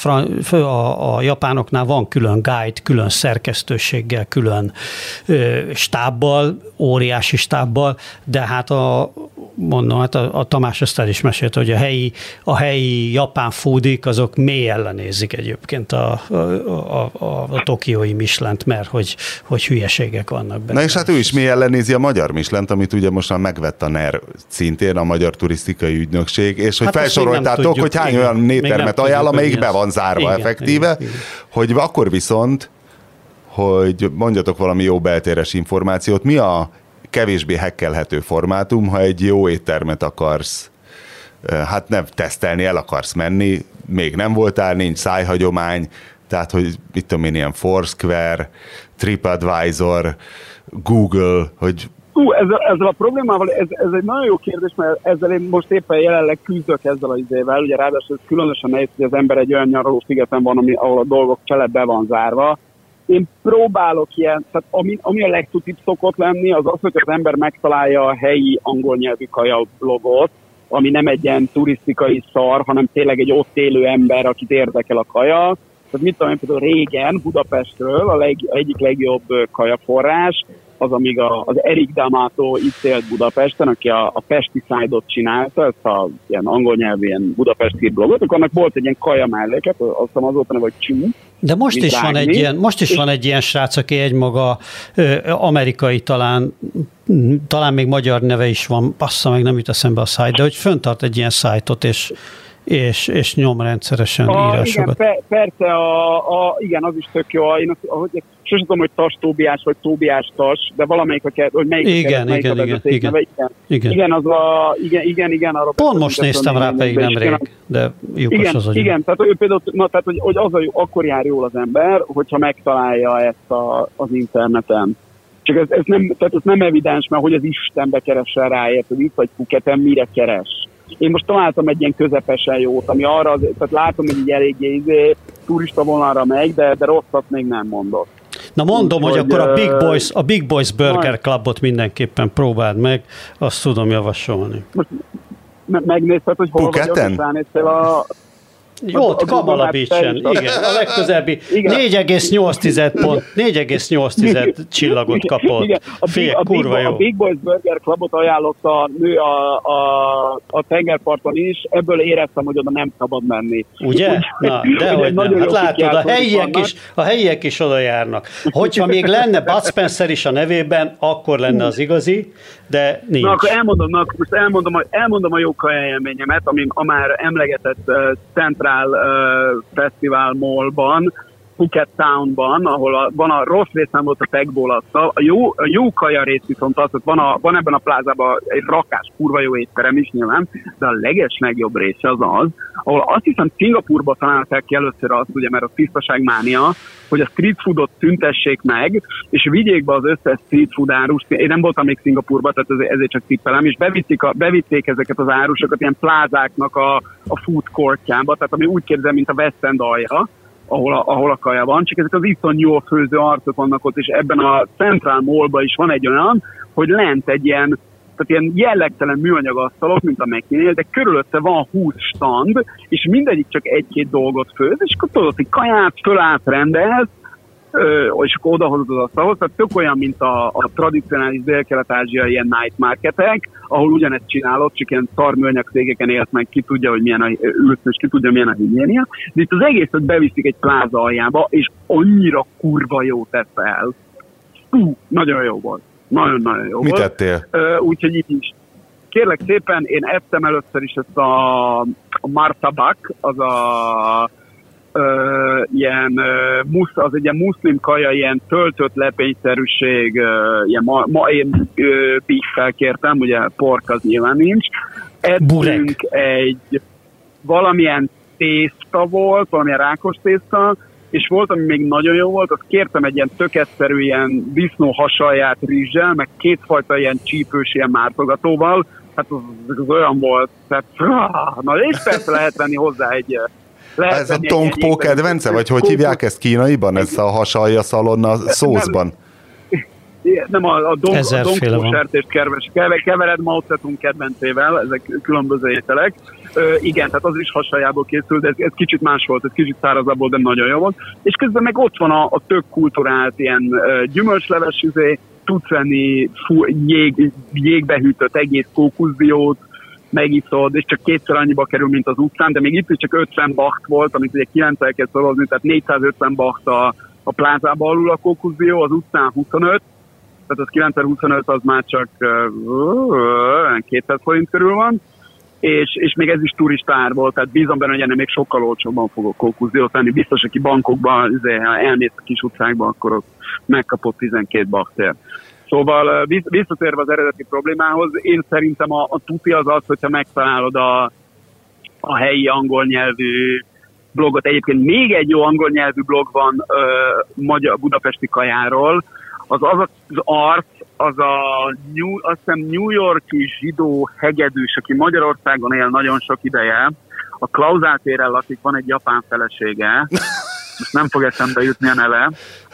a japánoknál van külön guide, külön szerkesztőséggel, külön stábbal, óriási stábbal, de hát a Tamás ezt el is mesélt, hogy a helyi japán foodik, azok mély ellenézik egyébként a tokiói Michelint, mert hogy hülyeségek vannak benne. Na és hát ő is mély ellenézi a magyar Michelint, amit ugye most már megvett a NER szintén, a Magyar Turisztikai Ügynökség, és hogy felsoroltátok, hogy hány olyan éttermet ajánl, amelyik be van zárva effektíve, hogy akkor viszont, hogy mondjatok valami jó beltéres információt, mi a kevésbé hekkelhető formátum, ha egy jó éttermet akarsz, hát nem tesztelni, el akarsz menni, még nem voltál, nincs szájhagyomány, tehát, hogy mit tudom én, ilyen Foursquare, TripAdvisor, Google, hogy... Ezzel a problémával, ez egy nagyon jó kérdés, mert ezzel én most éppen jelenleg küzdök ezzel az izével, ugye ráadásul ez különösen nehéz, hogy az ember egy olyan nyaraló szigeten van, ahol a dolgok csele be van zárva. Én próbálok ilyen, tehát ami a legtutibb szokott lenni, az az, hogy az ember megtalálja a helyi angol nyelvű kaja blogot, ami nem egy ilyen turisztikai szar, hanem tényleg egy ott élő ember, akit érdekel a kaja. Tehát mit tudom én, például régen Budapestről egyik legjobb kajaforrás, az amíg az Erik D'Amato itt élt Budapesten, aki a Pesti Side-ot csinálta, ezt a ilyen angol nyelvű ilyen budapesti blogot, akkor annak volt egy ilyen kaja melléket, azt hiszem az volt a neve, hogy Csú. De most is van egy ilyen srác, aki egymaga amerikai, talán még magyar neve is van, bassza meg, nem jut eszembe a szájt, de hogy föntart egy ilyen szájtot, és nyom rendszeresen írásokat. Igen, persze, igen, az is tök jó. Én sosem tudom, hogy Tas Tóbiás, vagy Tóbiás Tas, de valamelyik, hogy melyik igen. Igen, arra pont most néztem rá, pedig nemrég, de lyukos az agyom. Igen, tehát ő például, hogy akkor jár jól az ember, hogyha megtalálja ezt az interneten. Csak ez nem evidens, mert hogy az Istenbe keressen ráért, hogy itt vagy Phuketen mire keres. Én most találtam egy ilyen közepesen jót, ami arra, tehát látom, hogy így eléggé turista vonalra megy, de rosszat még nem mondott. Na mondom, hogy akkor a Big Boys Burger Clubot mindenképpen próbáld meg, azt tudom javasolni. Most megnézted, hogy hol vagyok, és ránéztél Jó, Kamala Beach-en, igen, a legközelebbi 4,8 csillagot kapott. Igen, kurva jó. A Big Boys Burger Clubot ajánlott a nő a tengerparton is, ebből éreztem, hogy oda nem szabad menni. Ugye? Na, dehogy nem. Hát látod, a helyiek is oda járnak. Hogyha még lenne Bud Spencer is a nevében, akkor lenne az igazi, de nincs. Na, akkor elmondom a jó kajaélményemet, ami a már emlegetett Central Festival Mallban, Phuket Townban, ahol van a rossz részen volt a Pegbólasszal, a jó kaja rész viszont az, hogy van ebben a plázában egy rakás kurva jó étterem is nyilván, de a legjobb része az, ahol azt hiszem Szingapúrban találták ki először azt, ugye, mert a tisztaságmánia, hogy a street foodot szüntessék meg, és vigyék be az összes street food árust. Én nem voltam még Szingapúrban, tehát ezért csak tippelem, és bevitték ezeket az árusokat ilyen plázáknak a food courtjába, tehát ami úgy képzel, mint a West End alja, ahol a kaja van, csak ezek az iszonyú jól főző arcok vannak ott, és ebben a Central Mallban is van egy olyan, hogy lent egy ilyen jellegtelen műanyag asztalok, mint a McKinney, de körülötte van 20 stand, és mindegyik csak egy-két dolgot főz, és akkor tudod, hogy kaját fölállt rendez, és akkor odahozod az asztalhoz, tehát tök olyan, mint a tradicionális dél-kelet-ázsiai ilyen night marketek, ahol ugyanezt csinálod, csak ilyen szarműanyag cégeken élt meg, ki tudja, hogy milyen és ki tudja, milyen a higiénia, de itt az egészet beviszik egy pláza aljába, és annyira kurva jó tesz el. Nagyon jó volt. Nagyon-nagyon jó Mit volt. Mit ettél? Úgyhogy itt is. Kérlek szépen, én ettem először is ezt a martabak, az az egy ilyen muszlim kaja, ilyen töltött lepényszerűség, én beef-fel kértem, ugye pork az nyilván nincs. Ettünk egy valamilyen tészta volt, valamilyen rákos tészta, és volt, ami még nagyon jó volt, azt kértem egy ilyen töketszerű ilyen disznó hasalját rizssel, meg kétfajta ilyen csípős ilyen mártogatóval, hát az olyan volt, tehát na és persze lehet venni hozzá egy... Ez a tongpo kedvence, vagy hogy hívják ezt kínaiban, ez a hasalja szalonna szószban? Nem, a dongpo sertést kevered Mao Zedong kedvencével, ezek különböző ételek. Igen, tehát az is hasaljából készült, de ez kicsit más volt, ez kicsit szárazabb volt, de nagyon jó volt. És közben meg ott van a tök kulturált ilyen gyümölcsleves tudsz venni jégbe hűtött egész kókuszdiót, megiszod, és csak kétszer annyiba kerül, mint az utcán, de még itt is csak 50 baht volt, amit ugye 9-el kell szorozni, tehát 450 baht a plázába alul a kókuszdió, az utcán 25, tehát az 9x25 az már csak 200 forint körül van, és még ez is turista ár volt, tehát bízom benne, hogy ennél még sokkal olcsóbban fogok kókuszdiót venni. Biztos, aki bankokban, ha elmész a kis utcákba, akkor ott megkapott 12 bahtért. Szóval visszatérve az eredeti problémához, én szerintem a tuti az, hogyha megtalálod a helyi angol nyelvű blogot. Egyébként még egy jó angol nyelvű blog van magyar budapesti kajáról. Az arc, az azt hiszem New York-i zsidó hegedűs, aki Magyarországon él nagyon sok ideje. A Klauzál téren lakik, van egy japán felesége. Most nem fog eszembe jutni a neve.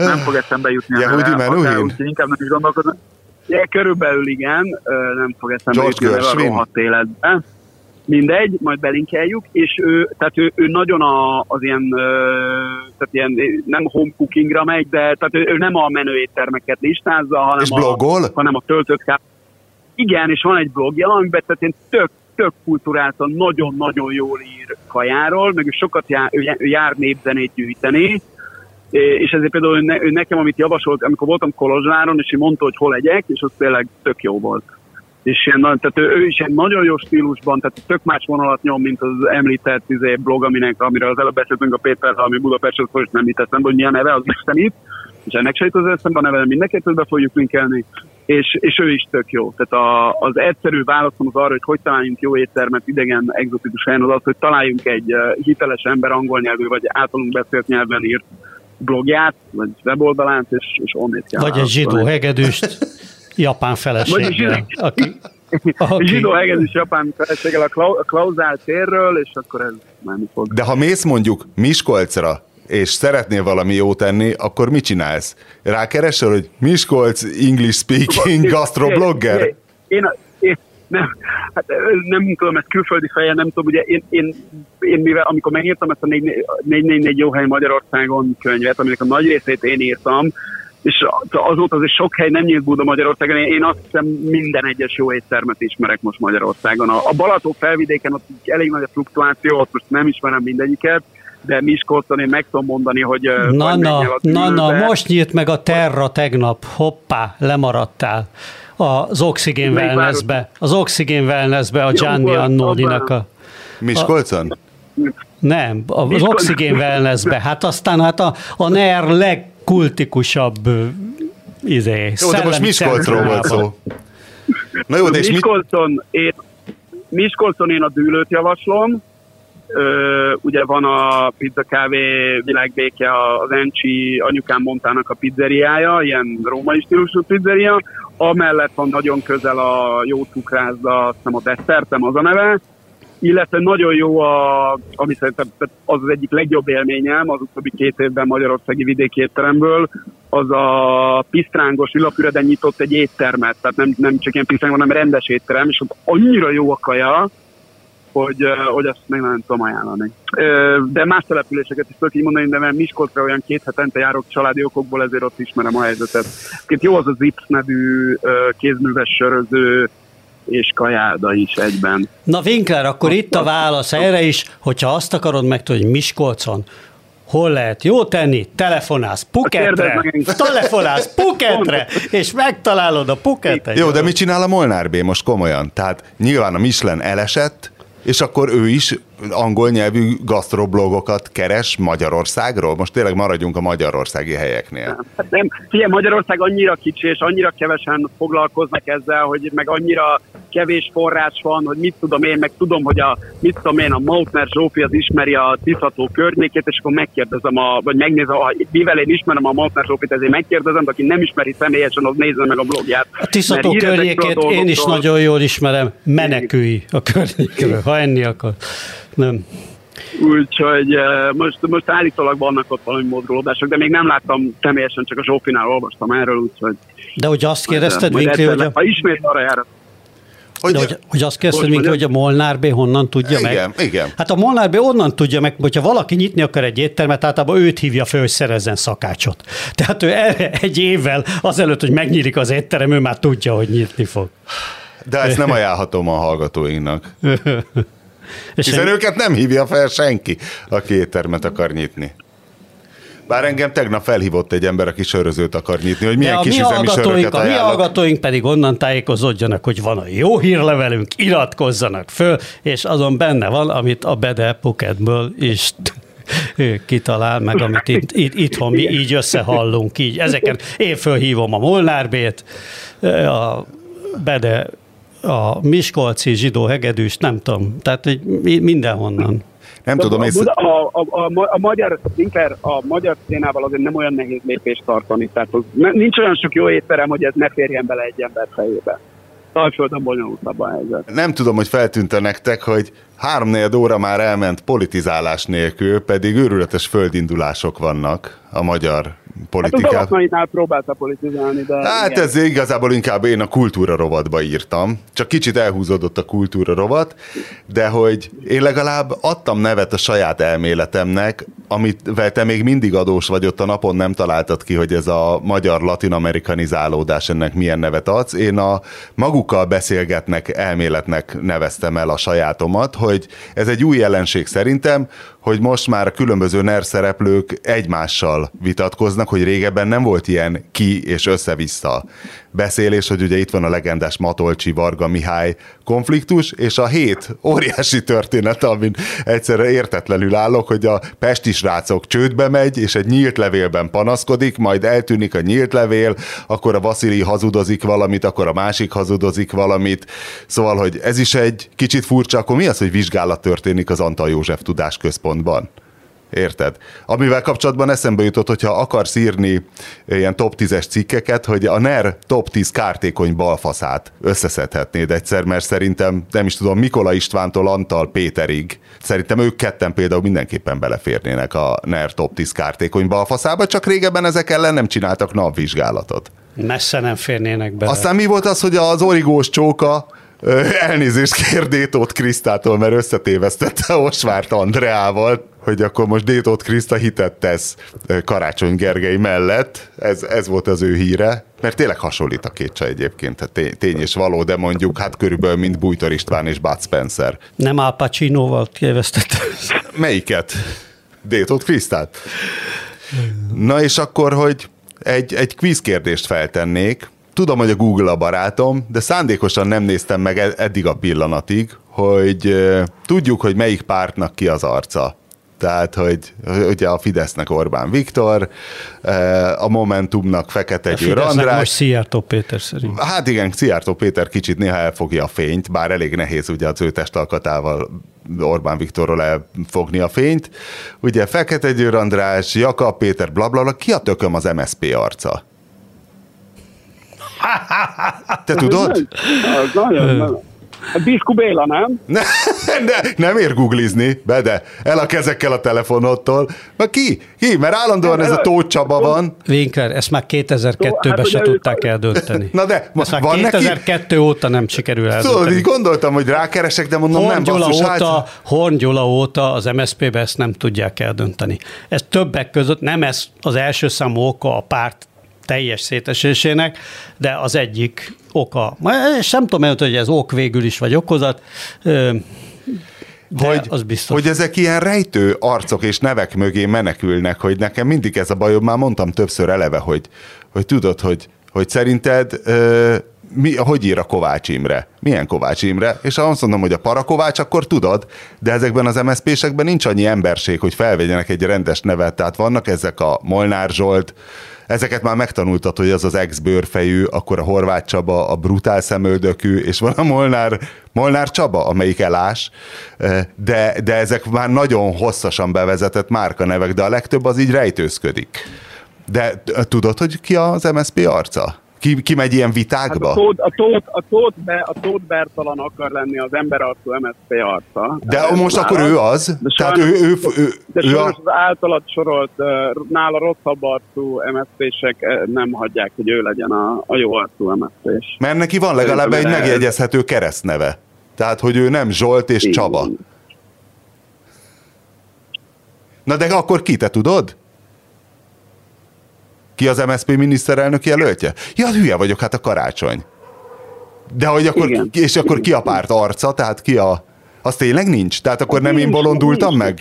Úgyhogy inkább nem is gondolkodom. Ja, körülbelül igen, nem fog eszembe jutni a neve a rohadt életben. Mindegy, majd belinkeljük, és ő nagyon az ilyen, tehát ilyen, nem home cookingra megy, de tehát ő nem a menő éttermeket listázza, hanem a töltött kávét. Igen, és van egy blogja, amiben tehát én tök kulturáltan nagyon-nagyon jól ír kajáról, meg ő sokat jár népzenét gyűjteni, és ezért például ő nekem, amit javasolt, amikor voltam Kolozsváron, és ő mondta, hogy hol legyek, és az tényleg tök jó volt. És tehát ő is egy nagyon jó stílusban, tehát tök más vonalat nyom, mint az említett blog, amiről az előbb beszéltünk a Péterrel, ami Budapestről, hogy nem itt eszembe, hogy milyen neve, az Isten itt, és ennek se jut az eszembe a neve, mindenképpen be fogjuk linkelni, és ő is tök jó. Tehát az egyszerű válaszom az arra, hogy találjunk jó éttermet idegen, egzotikus helyen, az, hogy találjunk egy hiteles ember angol nyelvű, vagy általunk beszélt nyelven írt blogját, vagy weboldalát, és onnét kell. Vagy egy zsidó hegedűst japán feleséggel. Zsidó hegedűs japán feleséggel a Klauzál térről, és akkor ez menni fog. De ha mész mondjuk Miskolcra, és szeretnél valami jót enni, akkor mit csinálsz? Rákeresel, hogy Miskolc English speaking gastroblogger? Én nem tudom, ez külföldi fejjel, nem tudom, ugye én mivel amikor megírtam ezt a 444 jó hely Magyarországon könyvet, aminek a nagy részét én írtam, és azóta azért sok hely nem nyílt Buda Magyarországon, én azt hiszem minden egyes jó éttermet ismerek most Magyarországon. A Balaton felvidéken ott elég nagy a fluktuáció, ott most nem ismerem mindegyiket, de Miskolcon én meg tudom mondani, hogy... Most nyílt meg a Terra tegnap, hoppá, lemaradtál az Oxygen Wellnessbe. Az Oxygen Wellnessbe a Gianni Annódinak a... Miskolcon? Nem, az Oxygen Wellnessbe. Hát aztán a NER legkultikusabb Jó, de most Miskolcról volt szó. Na jó, de Miskolcon én a Dűlőt javaslom. Ugye van a Pizza Kávé Világbéke, az Encsi anyukám Montának a pizzeriája, ilyen római stílusú pizzeria. Amellett van nagyon közel a Jó Cukrászda, azt hiszem a Desszertem az a neve, illetve nagyon jó, ami szerintem az egyik legjobb élményem az utóbbi 2 évben magyarországi vidéki étteremből, az a Pisztrángos Villapüreden nyitott egy éttermet, tehát nem csak ilyen pisztráng, hanem rendes étterem, és ott annyira jó a kaja, hogy azt meg nem tudom ajánlani. De más településeket is tudok így mondani, de mert Miskolcra olyan 2 hetente járok családi okokból, ezért ott ismerem a helyzetet. Jó az a Zips nevű kézműves söröző és kajáda is egyben. Na Winkler, akkor itt a válasz erre is, hogyha azt akarod megtudni, hogy Miskolcon hol lehet jó tenni, telefonálsz Phuketre, és megtalálod a Phuketet. Jó, de mit csinál a Molnár B most komolyan? Tehát nyilván a Michelin elesett, és akkor ő is angol nyelvű gasztroblogokat keres Magyarországról? Most tényleg maradjunk a magyarországi helyeknél. Hát nem, figyelj, Magyarország annyira kicsi, és annyira kevesen foglalkoznak ezzel, hogy meg annyira kevés forrás van, hogy mit tudom én, meg tudom, hogy a Mautner Zsófi az ismeri a Tiszató környékét, és akkor megkérdezem, vagy megnézem, mivel én ismerem a Mautner Zsófit, ezért megkérdezem, de aki nem ismeri személyesen, az nézze meg a blogját. A Tiszató környékét én is nagyon jól ismerem, menekülj a környékről, ha enni akar. Nem. Úgyhogy most állítólag vannak ott valami mozgolódások, de még nem láttam személyesen, csak a Zsófinál olvastam erről, úgyhogy... De hogy azt kérdezted, Winkler, hogy... Ha ismét arra járat. Hogy azt kérdezni, hogy a Molnár B honnan tudja meg? Igen. Hát a Molnár B onnan tudja meg, hogyha valaki nyitni akar egy éttermet, általában őt hívja föl, hogy szerezzen szakácsot. Tehát ő egy évvel azelőtt, hogy megnyílik az étterem, ő már tudja, hogy nyitni fog. De ezt nem ajánlhatom a hallgatóinknak. Hiszen őket nem hívja fel senki, aki éttermet akar nyitni. Bár engem tegnap felhívott egy ember, aki sörözőt akar nyitni, hogy milyen kis üzemi söröket ajánlok. A mi hallgatóink pedig onnan tájékozódjanak, hogy van a jó hírlevelünk, iratkozzanak föl, és azon benne van, amit a Bede Phuketből is kitalál, meg amit itthon mi így összehallunk. Így. Ezeken én fölhívom a Molnár B-t, a Bede, a miskolci zsidó hegedűst, nem tudom, tehát mindenhonnan. Nem tudom, a magyar szénával azért nem olyan nehéz lépést tartani, tehát nincs olyan sok jó étterem, hogy ez ne férjen bele egy ember fejébe. Alföldön bonyolultabb a helyzet. Nem tudom, hogy feltűnt nektek, hogy 3-4 óra már elment politizálás nélkül, pedig őrületes földindulások vannak a magyar politikában. Hát a Balatnainál próbálta politizálni, de... Hát igen. Ez igazából inkább én a kultúra rovatba írtam. Csak kicsit elhúzódott a kultúra rovat, de hogy én legalább adtam nevet a saját elméletemnek, amivel te még mindig adós vagy, ott a napon nem találtad ki, hogy ez a magyar latin-amerikanizálódás, ennek milyen nevet adsz. Én a magukkal beszélgetnek elméletnek neveztem el a sajátomat, hogy ez egy új jelenség szerintem, hogy most már a különböző NER szereplők egymással vitatkoznak, hogy régebben nem volt ilyen ki- és össze-vissza beszélés, hogy ugye itt van a legendás Matolcsi-Varga Mihály konfliktus, és a 7 óriási történet, amin egyszerre értetlenül állok, hogy a pesti srácok csődbe megy, és egy nyílt levélben panaszkodik, majd eltűnik a nyílt levél, akkor a Vaszili hazudozik valamit, akkor a másik hazudozik valamit. Szóval, hogy ez is egy kicsit furcsa, akkor mi az, hogy vizsgálat történik az Antal József Tudásközpontban? Érted? Amivel kapcsolatban eszembe jutott, hogyha akarsz írni ilyen top 10-es cikkeket, hogy a NER top 10 kártékony balfaszát összeszedhetnéd egyszer, mert szerintem, nem is tudom, Mikola Istvántól Antal Péterig, szerintem ők ketten például mindenképpen beleférnének a NER top 10 kártékony balfaszába, csak régebben ezek ellen nem csináltak napvizsgálatot. Messze nem férnének bele. Aztán mi volt az, hogy az origós csóka elnézést kér Détót Krisztától, mert összetévesztette Osvárt Andreával, hogy akkor most Détót Kriszta hitet tesz Karácsony Gergely mellett. Ez volt az ő híre, mert tényleg hasonlít a két csaj egyébként, hát tény és való, de mondjuk hát körülbelül mint Bújtor István és Bud Spencer. Nem Al Pacinoval tévesztette. Melyiket? Détót Krisztát? Na és akkor, hogy egy quiz kérdést feltennék. Tudom, hogy a Google a barátom, de szándékosan nem néztem meg eddig a pillanatig, hogy tudjuk, hogy melyik pártnak ki az arca. Tehát, hogy ugye a Fidesznek Orbán Viktor, a Momentumnak Fekete Győr András. Most Szijjártó Péter szerint. Hát igen, Szijjártó Péter kicsit néha elfogja a fényt, bár elég nehéz ugye az ő testalkatával Orbán Viktorról elfogni a fényt. Ugye Fekete Győr András, Jakab Péter, blablabla, ki a tököm az MSZP arca? Te tudod? Biszku Béla, nem? Nem ér googlizni, de el a kezekkel a telefonodtól. Ki? Mert állandóan ez a Tóth Csaba van. Winkler, ezt már 2002-ben se tudták eldönteni. Na de, ezt már van 2002 óta nem sikerül eldönteni. Tudod, így gondoltam, hogy rákeresek, de mondom, nem basszus. Horn Gyula óta az MSZP-ben ezt nem tudják eldönteni. Ez többek között nem ez az első számú oka a párt teljes szétesésének, de az egyik oka. És nem tudom, hogy ez ok végül is, vagy okozat, de az biztos. Hogy ezek ilyen rejtő arcok és nevek mögé menekülnek, hogy nekem mindig ez a bajom, már mondtam többször eleve, hogy tudod, hogy szerinted hogy ír a Kovács Imre? Milyen Kovács Imre? És ha azt mondom, hogy a Parakovács, akkor tudod, de ezekben az MSZP-sekben nincs annyi emberség, hogy felvegyenek egy rendes nevet, tehát vannak ezek a Molnár Zsolt, ezeket már megtanultad, hogy az az ex-bőrfejű, akkor a Horváth Csaba, a brutál szemöldökű, és van a Molnár Csaba, amelyik elás, de ezek már nagyon hosszasan bevezetett márkanevek, de a legtöbb az így rejtőzködik. De tudod, hogy ki az MSZP arca? Ki megy ilyen vitákba? Hát a Tóth Bertalan akar lenni az emberarcú MSZP arca. De most akkor ő az? Tehát de sajnos az általad sorolt, nála rosszabb arcú MSZP-sek nem hagyják, hogy ő legyen a jó arcú MSZP-s. Mert neki van legalább egy megjegyezhető keresztneve. Tehát, hogy ő nem Zsolt és Csaba. Na de akkor ki, te tudod? Ki az MSZP miniszterelnök jelöltje? Ja, hülye vagyok, hát a Karácsony. De hogy akkor, és akkor ki a párt arca, tehát ki a... Az tényleg nincs? Tehát akkor nem én bolondultam meg?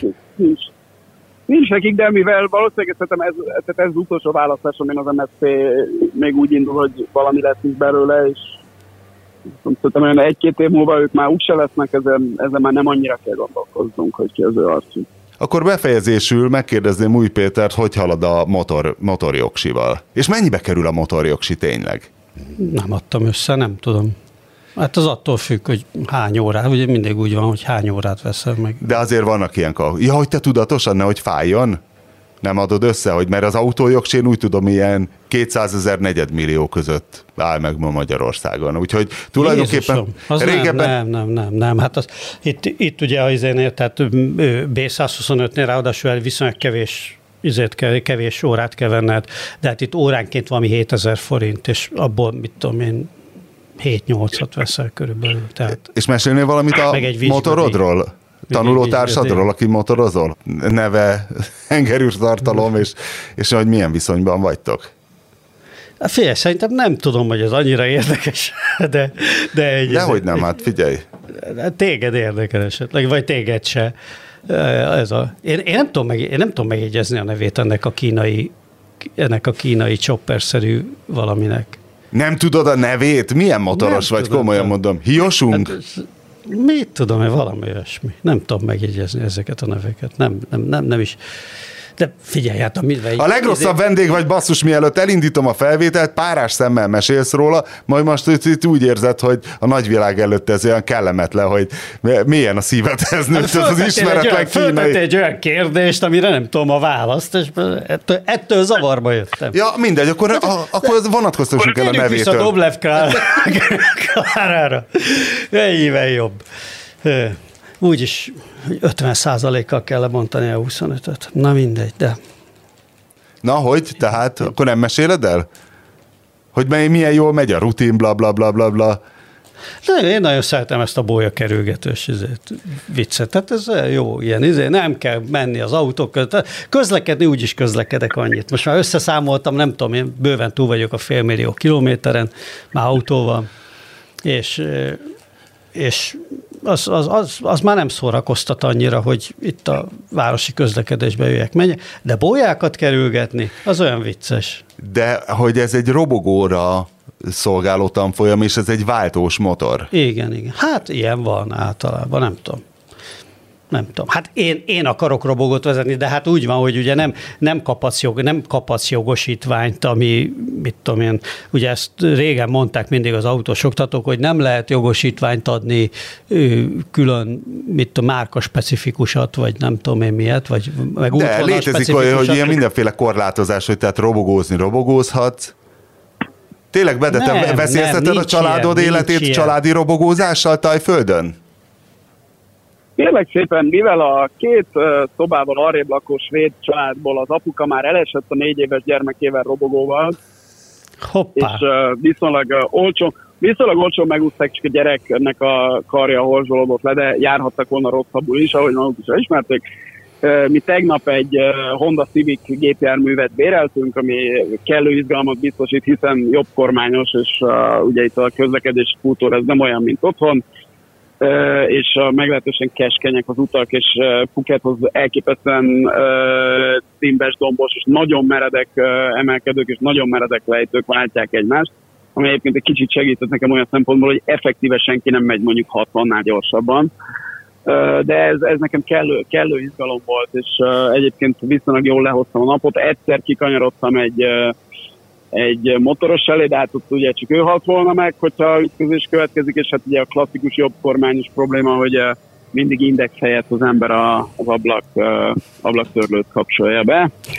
Nincs nekik, de mivel valószínűleg ez az utolsó választás, amin az MSZP még úgy indul, hogy valami lesz is belőle, és szerintem olyan 1-2 év múlva ők már úgyse lesznek, ezzel már nem annyira kell gondolkoznunk, hogy ki az ő arcunk. Akkor befejezésül megkérdezném Új Pétert, hogy halad a motorjogsival. És mennyibe kerül a motorjogsi tényleg? Nem adtam össze, nem tudom. Hát az attól függ, hogy hány órát, ugye mindig úgy van, hogy hány órát veszel meg. De azért vannak ilyen Ja, hogy te tudatosan, nehogy fájjon? Nem adod össze, hogy mert az autójogsén úgy tudom, ilyen 200 000 negyedmillió között áll meg ma Magyarországon. Úgyhogy tulajdonképpen régebben... Nem. Hát az, itt ugye az izénél, tehát B125-nél ráadásul viszonylag kevés órát kell venned, de hát itt óránként valami 7000 forint, és abból, mit tudom én, 7-8-at veszel körülbelül. Tehát és mesélnél valamit a motorodról? Tanulótársadról, aki motorozol? Neve, hengerűrtartalom, és hogy milyen viszonyban vagytok? Figyelj, szerintem nem tudom, hogy ez annyira érdekes, de dehogy nem, hát figyelj. Téged érdekel esetleg, vagy téged se. Én nem tudom megjegyezni a nevét ennek a kínai chopper-szerű valaminek. Nem tudod a nevét? Milyen motoros nem vagy, komolyan mondom. Hiosung? Hát, mit tudom, valami olyasmi. Nem tudom megjegyezni ezeket a neveket. Nem is. De figyelj, hát a legrosszabb vendég vagy, basszus, mielőtt elindítom a felvételt, párás szemmel mesélsz róla, majd most itt úgy érzed, hogy a nagyvilág előtt ez olyan kellemetlen, hogy milyen a szívedhez nőtt ez az ismeretlen kínai. Föltettél egy olyan kérdést, amire nem tudom a választ, és ettől zavarba jöttem. Ja, mindegy, akkor vonatkoztassunk el a nevétől. Vissza Doblev Klárára. Ennyivel jobb. Úgyis 50%-kal kell lebontani a 25-öt. Na mindegy, de... Na, hogy? Tehát akkor nem meséled el? Hogy milyen jól megy a rutin, bla bla bla bla bla. Én nagyon szeretem ezt a bólyakerülgetős viccet. Tehát ez jó, ilyen nem kell menni az autók között. Közlekedni úgyis közlekedek annyit. Most már összeszámoltam, nem tudom, én bőven túl vagyok a 500 000 kilométeren, már autóval, és az már nem szórakoztat annyira, hogy itt a városi közlekedésbe jöjjek, menjek, de bójákat kerülgetni, az olyan vicces. De hogy ez egy robogóra szolgáló tanfolyam, és ez egy váltós motor. Igen. Hát ilyen van általában, nem tudom. Hát én akarok robogót vezetni, de hát úgy van, hogy ugye nem kaphatsz jogosítványt, ami, mit tudom én, ugye ezt régen mondták mindig az autós oktatók, hogy nem lehet jogosítványt adni külön, márka specifikusat, vagy nem tudom én miért, vagy meg de létezik olyan, hogy ilyen mindenféle korlátozás, hogy tehát robogózhatsz. Tényleg, Bede, te veszélyezteted a családod életét családi robogózással Tajföldön? Kérlek szépen, mivel a 2 szobával arrébb lakó svéd családból az apuka már elesett a 4 éves gyermekével robogóval, hoppá. És viszonylag olcsón megúszták, csak a gyereknek a karja horzsolódott le, de járhattak volna rosszabbul is, ahogy maguk is ismerték. Mi tegnap egy Honda Civic gépjárművet béreltünk, ami kellő izgalmat biztosít, hiszen jobb kormányos, és ugye itt a közlekedési kultúra ez nem olyan, mint otthon, és meglehetősen keskenyek az utak, és Phukethoz elképesztően cimbes, dombos, és nagyon meredek emelkedők, és nagyon meredek lejtők váltják egymást, ami egyébként egy kicsit segített nekem olyan szempontból, hogy effektíve senki nem megy mondjuk 60-nál gyorsabban. De ez nekem kellő izgalom volt, és egyébként viszonylag jól lehoztam a napot. Egyszer kikanyarodtam egy motoros elé, de hát ott ugye csak ő halt volna meg, hogyha ütközés következik, és hát ugye a klasszikus jobb kormányos probléma, hogy mindig index helyett az ember az ablaktörlőt kapcsolja be.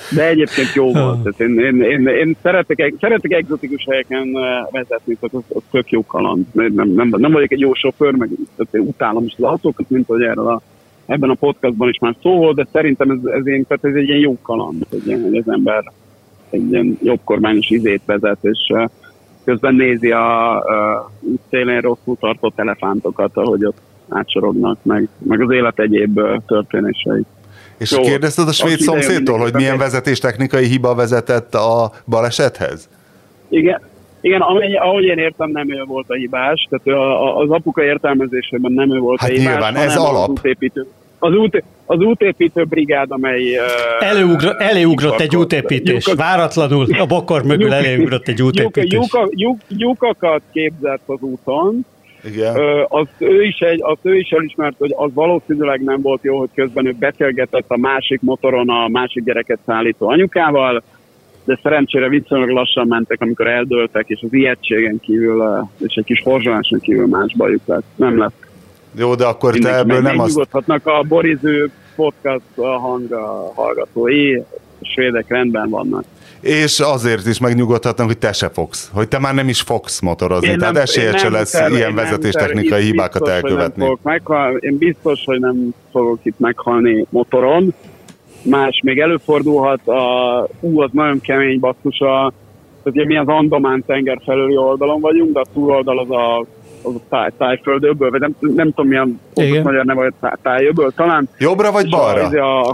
De egyébként jó volt. Én szeretek egzotikus helyeken vezetni, tehát az tök jó kaland. Nem vagyok egy jó sofőr, meg utálom is az autókat, mint hogy ebben a podcastban is már szó volt, de szerintem ez egy ilyen jó kaland, hogy az ember egy ilyen jobbkormányos izét vezet, és közben nézi a útszélén rosszul tartott elefántokat, ahogy ott átsorognak, meg az élet egyéb történéseit. És kérdezted a svéd szomszédtól, hogy milyen vezetéstechnikai hiba vezetett a balesethez? Igen, ahogy én értem, nem ő volt a hibás, tehát az apuka értelmezésében nem ő volt a hibás. Nyilván, ez alap. Az útépítő brigád, amely... Eléugrott egy útépítés. Váratlanul a bokor mögül eléugrott egy útépítés. Lyukakat képzett az úton. Igen. Azt ő is elismert, hogy az valószínűleg nem volt jó, hogy közben ő beszélgetett a másik motoron a másik gyereket szállító anyukával, de szerencsére viszonylag lassan mentek, amikor eldőltek, és az ijegységen kívül, és egy kis horzsoláson kívül más bajuk lett. Nem lett. Jó, de akkor te ebből nem azt... Megnyugodhatnak a Boriző podcast hallgatói, a svédek rendben vannak. És azért is megnyugodhatnak, hogy te se fogsz. Hogy te már nem is fogsz motorozni. Tehát esélyed se lesz ilyen vezetéstechnikai hibákat elkövetni. Én biztos, hogy nem fogok itt meghalni motoron. Más még előfordulhat, az nagyon kemény basszusa, tehát mi az Andaman tenger felőli oldalon vagyunk, de a túloldal az a tájföldöböl, vagy nem tudom milyen magyar neve, vagy tájöböl talán. Jobbra vagy balra?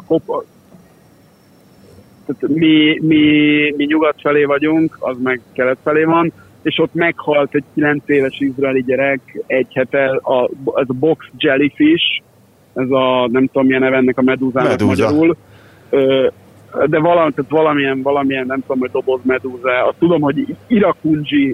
Mi nyugat felé vagyunk, az meg kelet felé van, és ott meghalt egy 9 éves izraeli gyerek egy hete, ez a box jellyfish, ez a nem tudom milyen neve ennek a medúzának magyarul, de valamilyen nem tudom, hogy doboz medúza. Azt tudom, hogy irakunji,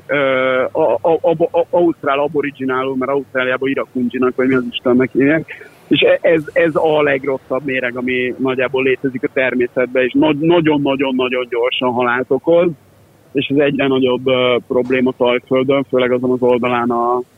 ausztrál aboriginálul, mert Ausztráliában irakunjinak, vagy mi az Istennek hívják. És ez a legrosszabb méreg, ami nagyjából létezik a természetben, és nagyon-nagyon-nagyon gyorsan halált okoz, és ez egyre nagyobb probléma Tajföldön, főleg azon az oldalán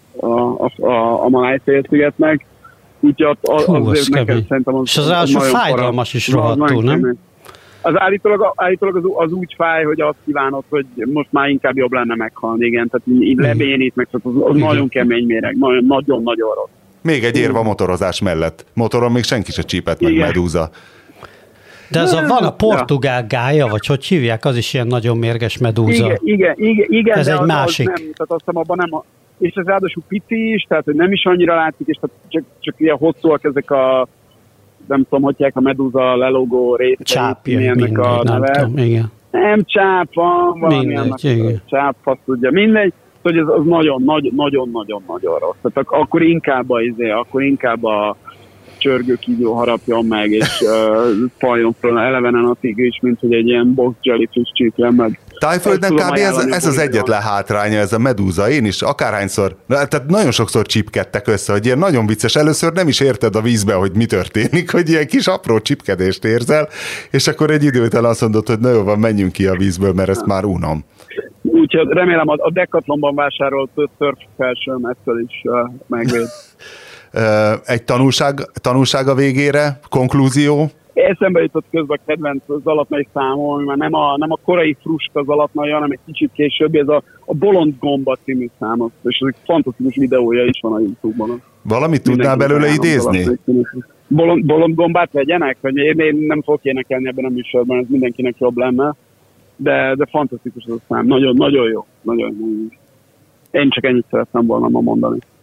a Maláj-félszigetnek. Úgyhogy azért neked szerintem és az első fájdalmas is rohadtul, nem? Az állítólag az úgy fáj, hogy azt kívánod, hogy most már inkább jobb lenne meghalni, igen, tehát így lebénít meg, az nagyon kemény méreg, nagyon-nagyon rossz. Még egy érv a motorozás mellett. Motoron még senki se csípett meg medúza. De ez van a portugál gája, vagy hogy hívják, az is ilyen nagyon mérges medúza. Igen, ez de egy másik. Az nem, tehát azt hiszem abban nem és ez ráadásul pici is, tehát hogy nem is annyira látszik, és csak ilyen hosszúak ezek a nem tudom, hogy a medúza lelógó részei. Csápja, mindegy, a neve. Nem tudom, igen. Nem csáp van, valamilyen csáp, azt tudja, mindegy, hogy ez az nagyon-nagyon-nagyon rossz. Tehát akkor inkább a csörgőkígyó harapjon meg, és faljon föl elevenen a tigris, mint hogy egy ilyen box jellyfish csípjen meg. Tájföldnek kb. ez az egyetlen hátránya, ez a medúza. Én is akárhányszor, tehát nagyon sokszor csipkedtek össze, hogy ilyen nagyon vicces. Először nem is érted a vízbe, hogy mi történik, hogy ilyen kis apró csipkedést érzel, és akkor egy idő után azt mondod, hogy na jó van, menjünk ki a vízből, mert ezt már unom. Úgyhogy remélem a Decathlonban vásárolt surf felsőm ettől is megvéd. Egy tanulság a végére, konklúzió? Eszembe jutott közben a kedvenc az alapnai számom, ami már nem a korai fruska az alapnai, hanem egy kicsit később, ez a Bolond Gomba című szám, és ez egy fantasztikus videója is van a YouTube-on. Valamit tudnál belőle idézni? Bolond Gombát vegyenek? Vagy én nem fogok énekelni ebben a műsorban, ez mindenkinek jobb lenne, de fantasztikus az a szám, nagyon jó. Én csak ennyit szerettem volna ma mondani.